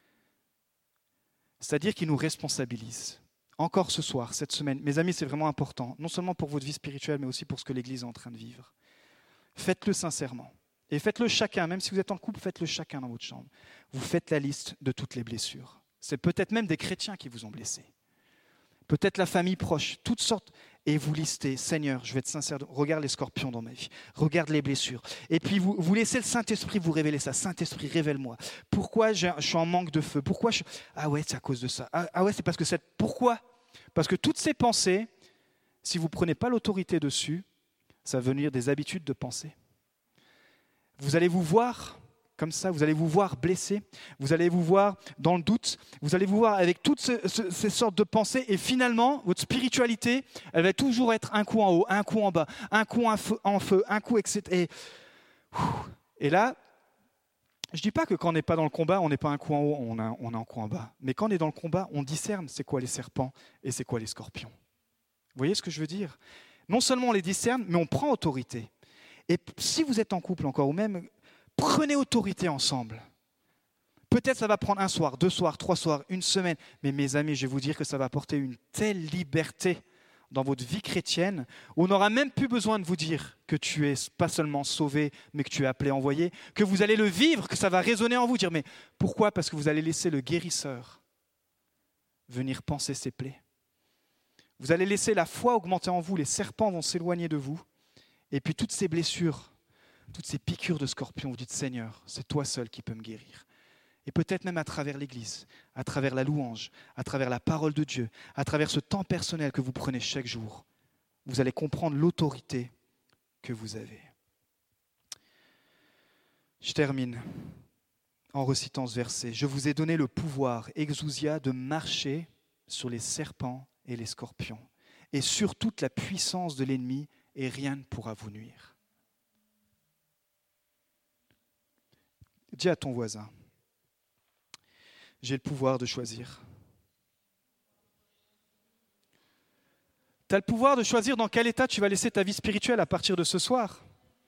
C'est-à-dire qu'il nous responsabilise. Encore ce soir, cette semaine, mes amis, c'est vraiment important, non seulement pour votre vie spirituelle, mais aussi pour ce que l'Église est en train de vivre. Faites-le sincèrement. Et faites-le chacun, même si vous êtes en couple, faites-le chacun dans votre chambre. Vous faites la liste de toutes les blessures. C'est peut-être même des chrétiens qui vous ont blessé. Peut-être la famille proche, toutes sortes. Et vous listez, Seigneur, je vais être sincère, regarde les scorpions dans ma vie, regarde les blessures. Et puis vous, vous laissez le Saint-Esprit vous révéler ça. Saint-Esprit, révèle-moi. Pourquoi je, je suis en manque de feu? Pourquoi je... Ah ouais, c'est à cause de ça. Ah, ah ouais, c'est parce que c'est... Pourquoi? Parce que toutes ces pensées, si vous ne prenez pas l'autorité dessus, ça va venir des habitudes de pensée. Vous allez vous voir comme ça, vous allez vous voir blessé, vous allez vous voir dans le doute, vous allez vous voir avec toutes ce, ce, ces sortes de pensées et finalement, votre spiritualité, elle va toujours être un coup en haut, un coup en bas, un coup en feu, en feu un coup, et cetera. Et, et là, je ne dis pas que quand on n'est pas dans le combat, on n'est pas un coup en haut, on, a, on est un coup en bas. Mais quand on est dans le combat, on discerne c'est quoi les serpents et c'est quoi les scorpions. Vous voyez ce que je veux dire? Non seulement on les discerne, mais on prend autorité. Et si vous êtes en couple encore, ou même... Prenez autorité ensemble. Peut-être ça va prendre un soir, deux soirs, trois soirs, une semaine. Mais mes amis, je vais vous dire que ça va apporter une telle liberté dans votre vie chrétienne. On n'aura même plus besoin de vous dire que tu es pas seulement sauvé, mais que tu es appelé, envoyé, que vous allez le vivre, que ça va résonner en vous. Dire, mais pourquoi? Parce que vous allez laisser le guérisseur venir panser ses plaies. Vous allez laisser la foi augmenter en vous. Les serpents vont s'éloigner de vous. Et puis toutes ces blessures, toutes ces piqûres de scorpions, vous dites, Seigneur, c'est toi seul qui peux me guérir. Et peut-être même à travers l'Église, à travers la louange, à travers la parole de Dieu, à travers ce temps personnel que vous prenez chaque jour, vous allez comprendre l'autorité que vous avez. Je termine en recitant ce verset. Je vous ai donné le pouvoir, exousia, de marcher sur les serpents et les scorpions, et sur toute la puissance de l'ennemi, et rien ne pourra vous nuire. Dis à ton voisin, j'ai le pouvoir de choisir. Tu as le pouvoir de choisir dans quel état tu vas laisser ta vie spirituelle à partir de ce soir.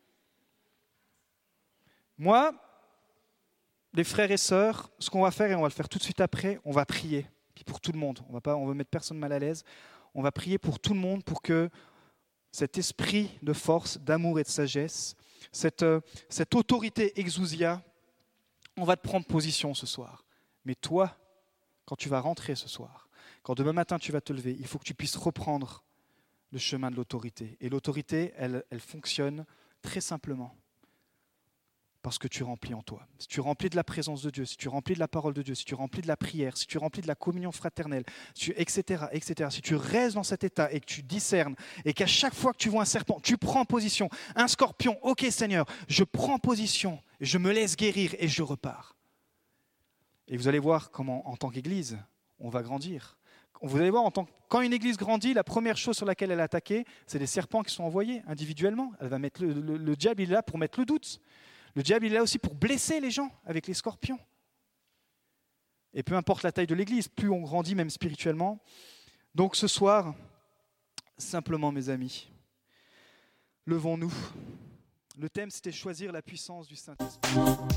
Moi, les frères et sœurs, ce qu'on va faire, et on va le faire tout de suite après, on va prier. Puis pour tout le monde, on va pas, on veut mettre personne mal à l'aise. On va prier pour tout le monde pour que cet esprit de force, d'amour et de sagesse, cette, cette autorité exousia, on va te prendre position ce soir. Mais toi, quand tu vas rentrer ce soir, quand demain matin tu vas te lever, il faut que tu puisses reprendre le chemin de l'autorité. Et l'autorité, elle, elle fonctionne très simplement. Parce que tu remplis en toi. Si tu remplis de la présence de Dieu, si tu remplis de la parole de Dieu, si tu remplis de la prière, si tu remplis de la communion fraternelle, si tu, et cetera, et cetera. Si tu restes dans cet état et que tu discernes et qu'à chaque fois que tu vois un serpent, tu prends position. Un scorpion, ok Seigneur, je prends position, je me laisse guérir et je repars. Et vous allez voir comment, en tant qu'Église, on va grandir. Vous allez voir, en tant que, quand une Église grandit, la première chose sur laquelle elle est attaquée, c'est des serpents qui sont envoyés individuellement. Elle va mettre le, le, le diable, il est là pour mettre le doute. Le diable, il est là aussi pour blesser les gens avec les scorpions. Et peu importe la taille de l'Église, plus on grandit même spirituellement. Donc ce soir, simplement mes amis, levons-nous. Le thème, c'était choisir la puissance du Saint-Esprit.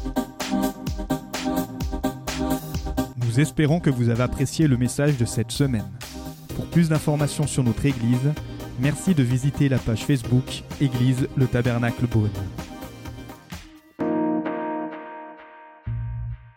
Nous espérons que vous avez apprécié le message de cette semaine. Pour plus d'informations sur notre Église, merci de visiter la page Facebook Église le Tabernacle Beaune.